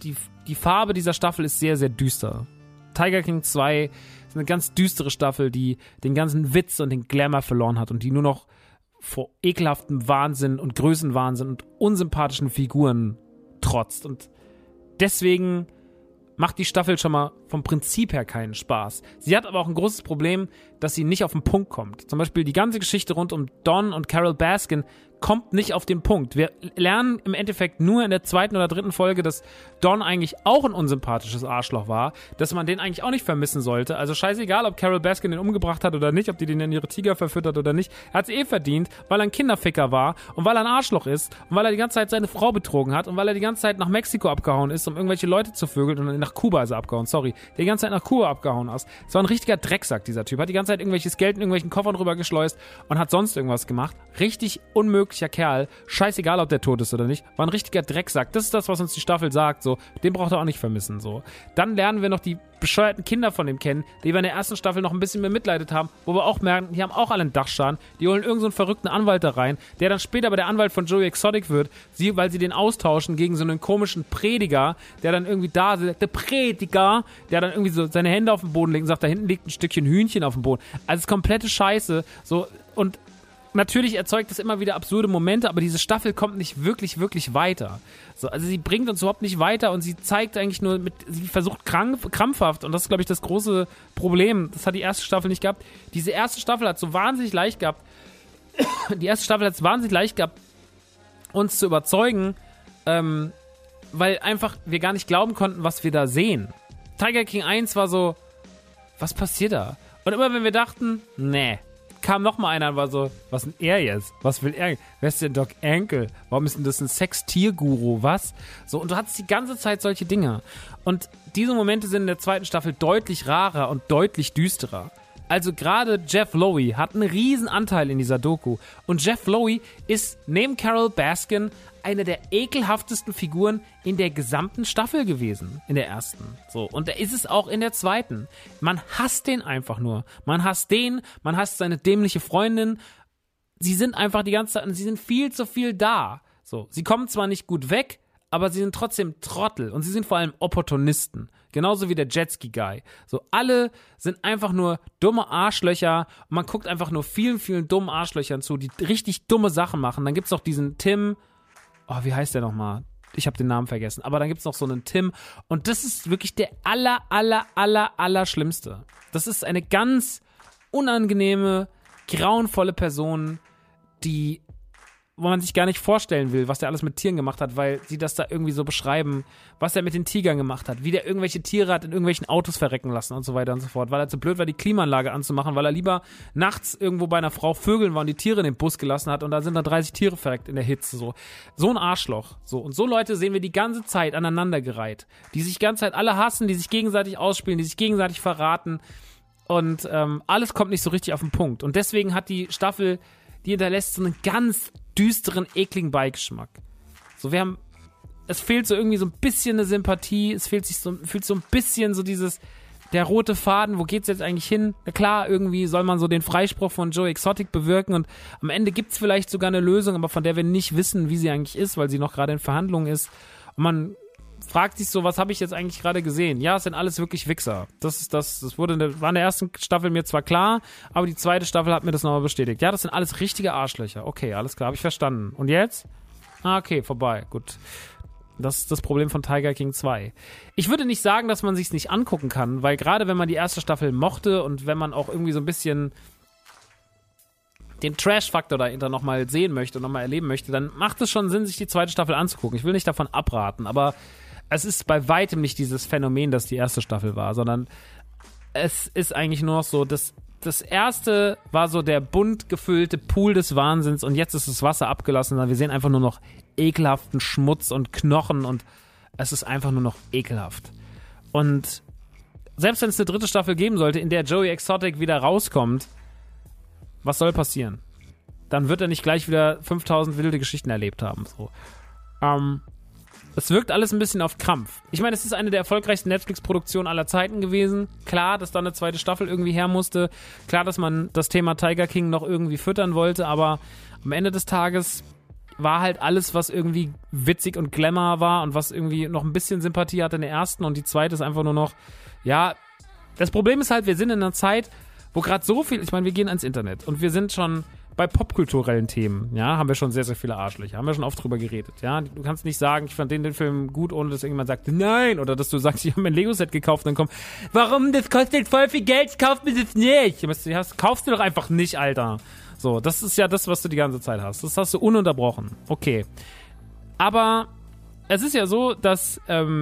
die Farbe dieser Staffel ist sehr, sehr düster. Tiger King 2 ist eine ganz düstere Staffel, die den ganzen Witz und den Glamour verloren hat und die nur noch vor ekelhaftem Wahnsinn und Größenwahnsinn und unsympathischen Figuren trotzt. Und deswegen macht die Staffel schon mal vom Prinzip her keinen Spaß. Sie hat aber auch ein großes Problem, dass sie nicht auf den Punkt kommt. Zum Beispiel die ganze Geschichte rund um Don und Carol Baskin kommt nicht auf den Punkt. Wir lernen im Endeffekt nur in der 2. oder 3. Folge, dass Don eigentlich auch ein unsympathisches Arschloch war, dass man den eigentlich auch nicht vermissen sollte. Also scheißegal, ob Carol Baskin den umgebracht hat oder nicht, ob die den in ihre Tiger verfüttert oder nicht. Er hat es verdient, weil er ein Kinderficker war und weil er ein Arschloch ist und weil er die ganze Zeit seine Frau betrogen hat und weil er die ganze Zeit nach Mexiko abgehauen ist, um irgendwelche Leute zu vögeln und nach Kuba ist er abgehauen, sorry. Der die ganze Zeit nach Kuba abgehauen ist. Es war ein richtiger Drecksack, dieser Typ. Hat die ganze Zeit irgendwelches Geld in irgendwelchen Koffern rübergeschleust und hat sonst irgendwas gemacht. Richtig unmöglicher Kerl. Scheißegal, ob der tot ist oder nicht. War ein richtiger Drecksack. Das ist das, was uns die Staffel sagt. So, den braucht er auch nicht vermissen. So. Dann lernen wir noch die bescheuerten Kinder von dem kennen, die wir in der ersten Staffel noch ein bisschen mehr mitleidet haben, wo wir auch merken, die haben auch alle einen Dachschaden. Die holen irgend so einen verrückten Anwalt da rein, der dann später aber der Anwalt von Joey Exotic wird, weil sie den austauschen gegen so einen komischen Prediger, der dann irgendwie da sitzt, der Prediger, der dann irgendwie so seine Hände auf den Boden legt und sagt, da hinten liegt ein Stückchen Hühnchen auf dem Boden. Also es ist komplette Scheiße. So, und natürlich erzeugt das immer wieder absurde Momente, aber diese Staffel kommt nicht wirklich, wirklich weiter. So, also sie bringt uns überhaupt nicht weiter und sie zeigt eigentlich nur, sie versucht krampfhaft, und das ist, glaube ich, das große Problem. Das hat die erste Staffel nicht gehabt. Diese erste Staffel hat es so wahnsinnig leicht gehabt. Die erste Staffel hat es wahnsinnig leicht gehabt, uns zu überzeugen, weil einfach wir gar nicht glauben konnten, was wir da sehen. Tiger King 1 war so, was passiert da? Und immer wenn wir dachten, nee, kam noch mal einer und war so, was ist denn er jetzt? Was will er? Wer ist denn Doc Antle? Warum ist denn das ein Sextierguru? Was? So, und du hattest die ganze Zeit solche Dinge. Und diese Momente sind in der 2. Staffel deutlich rarer und deutlich düsterer. Also gerade Jeff Lowe hat einen riesen Anteil in dieser Doku. Und Jeff Lowe ist neben Carol Baskin eine der ekelhaftesten Figuren in der gesamten Staffel gewesen. In der ersten. So. Und er ist es auch in der 2. Man hasst den einfach nur. Man hasst den, man hasst seine dämliche Freundin. Sie sind einfach die ganze Zeit, sie sind viel zu viel da. So. Sie kommen zwar nicht gut weg, aber sie sind trotzdem Trottel. Und sie sind vor allem Opportunisten. Genauso wie der Jetski-Guy. So, alle sind einfach nur dumme Arschlöcher und man guckt einfach nur vielen, vielen dummen Arschlöchern zu, die richtig dumme Sachen machen. Dann gibt's noch diesen Tim, oh, wie heißt der nochmal? Ich habe den Namen vergessen. Aber dann gibt's noch so einen Tim und das ist wirklich der aller Schlimmste. Das ist eine ganz unangenehme, grauenvolle Person, wo man sich gar nicht vorstellen will, was der alles mit Tieren gemacht hat, weil sie das da irgendwie so beschreiben, was er mit den Tigern gemacht hat, wie der irgendwelche Tiere hat in irgendwelchen Autos verrecken lassen und so weiter und so fort, weil er zu blöd war, die Klimaanlage anzumachen, weil er lieber nachts irgendwo bei einer Frau vögeln war und die Tiere in den Bus gelassen hat und da sind da 30 Tiere verreckt in der Hitze. So ein Arschloch. So. Und so Leute sehen wir die ganze Zeit aneinandergereiht, die sich die ganze Zeit alle hassen, die sich gegenseitig ausspielen, die sich gegenseitig verraten und alles kommt nicht so richtig auf den Punkt. Und deswegen hat die Staffel, die hinterlässt so einen ganz düsteren, ekligen Beigeschmack. So, es fehlt so irgendwie so ein bisschen eine Sympathie, es fühlt so ein bisschen so der rote Faden, wo geht's jetzt eigentlich hin? Na klar, irgendwie soll man so den Freispruch von Joey Exotic bewirken und am Ende gibt's vielleicht sogar eine Lösung, aber von der wir nicht wissen, wie sie eigentlich ist, weil sie noch gerade in Verhandlungen ist. Und man fragt sich so, was habe ich jetzt eigentlich gerade gesehen? Ja, es sind alles wirklich Wichser. Das war in der ersten Staffel mir zwar klar, aber die 2. Staffel hat mir das nochmal bestätigt. Ja, das sind alles richtige Arschlöcher. Okay, alles klar, habe ich verstanden. Und jetzt? Okay, vorbei, gut. Das ist das Problem von Tiger King 2. Ich würde nicht sagen, dass man sich's nicht angucken kann, weil gerade wenn man die erste Staffel mochte und wenn man auch irgendwie so ein bisschen den Trash-Faktor dahinter nochmal sehen möchte und nochmal erleben möchte, dann macht es schon Sinn, sich die 2. Staffel anzugucken. Ich will nicht davon abraten, aber es ist bei weitem nicht dieses Phänomen, das die erste Staffel war, sondern es ist eigentlich nur noch so, das erste war so der bunt gefüllte Pool des Wahnsinns und jetzt ist das Wasser abgelassen, wir sehen einfach nur noch ekelhaften Schmutz und Knochen und es ist einfach nur noch ekelhaft. Und selbst wenn es eine 3. Staffel geben sollte, in der Joey Exotic wieder rauskommt, was soll passieren? Dann wird er nicht gleich wieder 5000 wilde Geschichten erlebt haben. So. Es wirkt alles ein bisschen auf Krampf. Ich meine, es ist eine der erfolgreichsten Netflix-Produktionen aller Zeiten gewesen. Klar, dass da eine 2. Staffel irgendwie her musste. Klar, dass man das Thema Tiger King noch irgendwie füttern wollte. Aber am Ende des Tages, war halt alles, was irgendwie witzig und Glamour war und was irgendwie noch ein bisschen Sympathie hatte in der ersten und die zweite ist einfach nur noch, ja, das Problem ist halt, wir sind in einer Zeit, wo gerade so viel, ich meine, wir gehen ans Internet und wir sind schon bei popkulturellen Themen, ja, haben wir schon sehr, sehr viele Arschlöcher, haben wir schon oft drüber geredet, ja. Du kannst nicht sagen, ich fand den Film gut, ohne dass irgendjemand sagt, nein, oder dass du sagst, ich habe mir ein Lego-Set gekauft und dann kommt, warum, das kostet voll viel Geld, kauft mir das nicht. Kaufst du doch einfach nicht, Alter. So, das ist ja das, was du die ganze Zeit hast. Das hast du ununterbrochen. Okay. Aber es ist ja so, dass,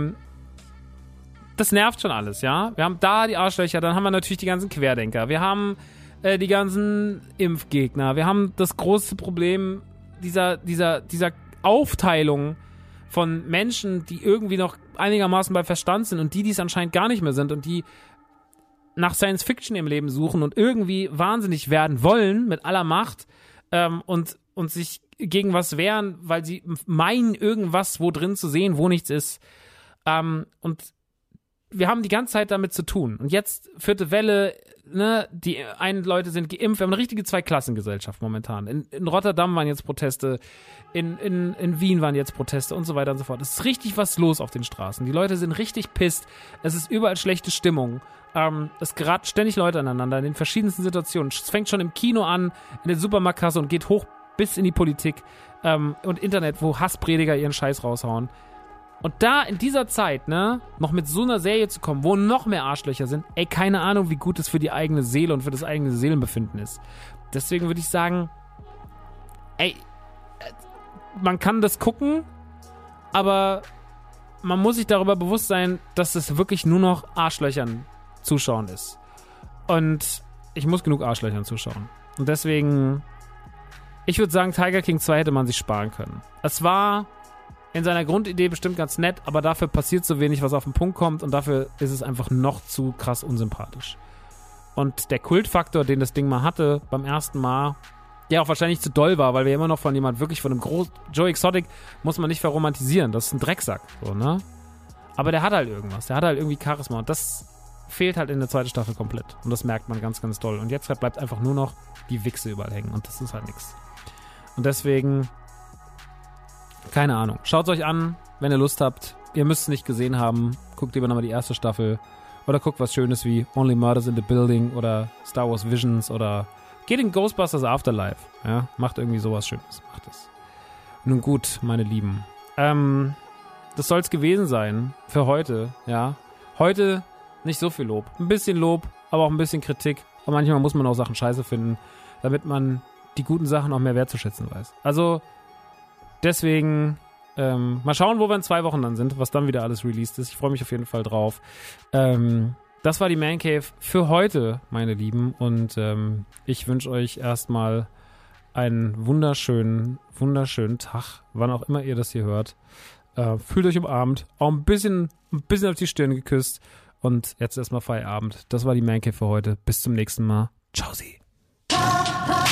das nervt schon alles, ja. Wir haben da die Arschlöcher, dann haben wir natürlich die ganzen Querdenker. Wir haben die ganzen Impfgegner. Wir haben das große Problem dieser Aufteilung von Menschen, die irgendwie noch einigermaßen bei Verstand sind und die es anscheinend gar nicht mehr sind und die nach Science Fiction im Leben suchen und irgendwie wahnsinnig werden wollen mit aller Macht und sich gegen was wehren, weil sie meinen, irgendwas wo drin zu sehen, wo nichts ist. Und wir haben die ganze Zeit damit zu tun. Und jetzt, 4. Welle, ne, die einen Leute sind geimpft. Wir haben eine richtige Zweiklassengesellschaft momentan. In Rotterdam waren jetzt Proteste, in Wien waren jetzt Proteste und so weiter und so fort. Es ist richtig was los auf den Straßen. Die Leute sind richtig pisst. Es ist überall schlechte Stimmung. Es geraten ständig Leute aneinander in den verschiedensten Situationen. Es fängt schon im Kino an, in der Supermarktkasse und geht hoch bis in die Politik und Internet, wo Hassprediger ihren Scheiß raushauen. Und da in dieser Zeit, ne, noch mit so einer Serie zu kommen, wo noch mehr Arschlöcher sind, ey, keine Ahnung, wie gut es für die eigene Seele und für das eigene Seelenbefinden ist. Deswegen würde ich sagen, ey, man kann das gucken, aber man muss sich darüber bewusst sein, dass es wirklich nur noch Arschlöchern zuschauen ist. Und ich muss genug Arschlöchern zuschauen. Und deswegen, ich würde sagen, Tiger King 2 hätte man sich sparen können. Es war in seiner Grundidee bestimmt ganz nett, aber dafür passiert so wenig, was auf den Punkt kommt und dafür ist es einfach noch zu krass unsympathisch. Und der Kultfaktor, den das Ding mal hatte, beim ersten Mal, der auch wahrscheinlich zu doll war, weil wir immer noch von jemand wirklich von einem Joe Exotic muss man nicht verromantisieren, das ist ein Drecksack, so, ne? Aber der hat halt irgendwas, der hat halt irgendwie Charisma und das fehlt halt in der zweiten Staffel komplett und das merkt man ganz, ganz doll und jetzt bleibt einfach nur noch die Wichse überall hängen und das ist halt nichts. Und deswegen, keine Ahnung. Schaut es euch an, wenn ihr Lust habt. Ihr müsst es nicht gesehen haben. Guckt lieber nochmal die erste Staffel. Oder guckt was Schönes wie Only Murders in the Building oder Star Wars Visions oder geht in Ghostbusters Afterlife. Ja, macht irgendwie sowas Schönes. Macht es. Nun gut, meine Lieben. Das soll es gewesen sein für heute. Ja, heute nicht so viel Lob. Ein bisschen Lob, aber auch ein bisschen Kritik. Und manchmal muss man auch Sachen scheiße finden, damit man die guten Sachen auch mehr wertzuschätzen weiß. Also deswegen, mal schauen, wo wir in 2 Wochen dann sind, was dann wieder alles released ist. Ich freue mich auf jeden Fall drauf. Das war die Man Cave für heute, meine Lieben. Und ich wünsche euch erstmal einen wunderschönen Tag, wann auch immer ihr das hier hört. Fühlt euch umarmt, auch ein bisschen auf die Stirn geküsst. Und jetzt erstmal Feierabend. Das war die Man Cave für heute. Bis zum nächsten Mal. Ciao, Sie.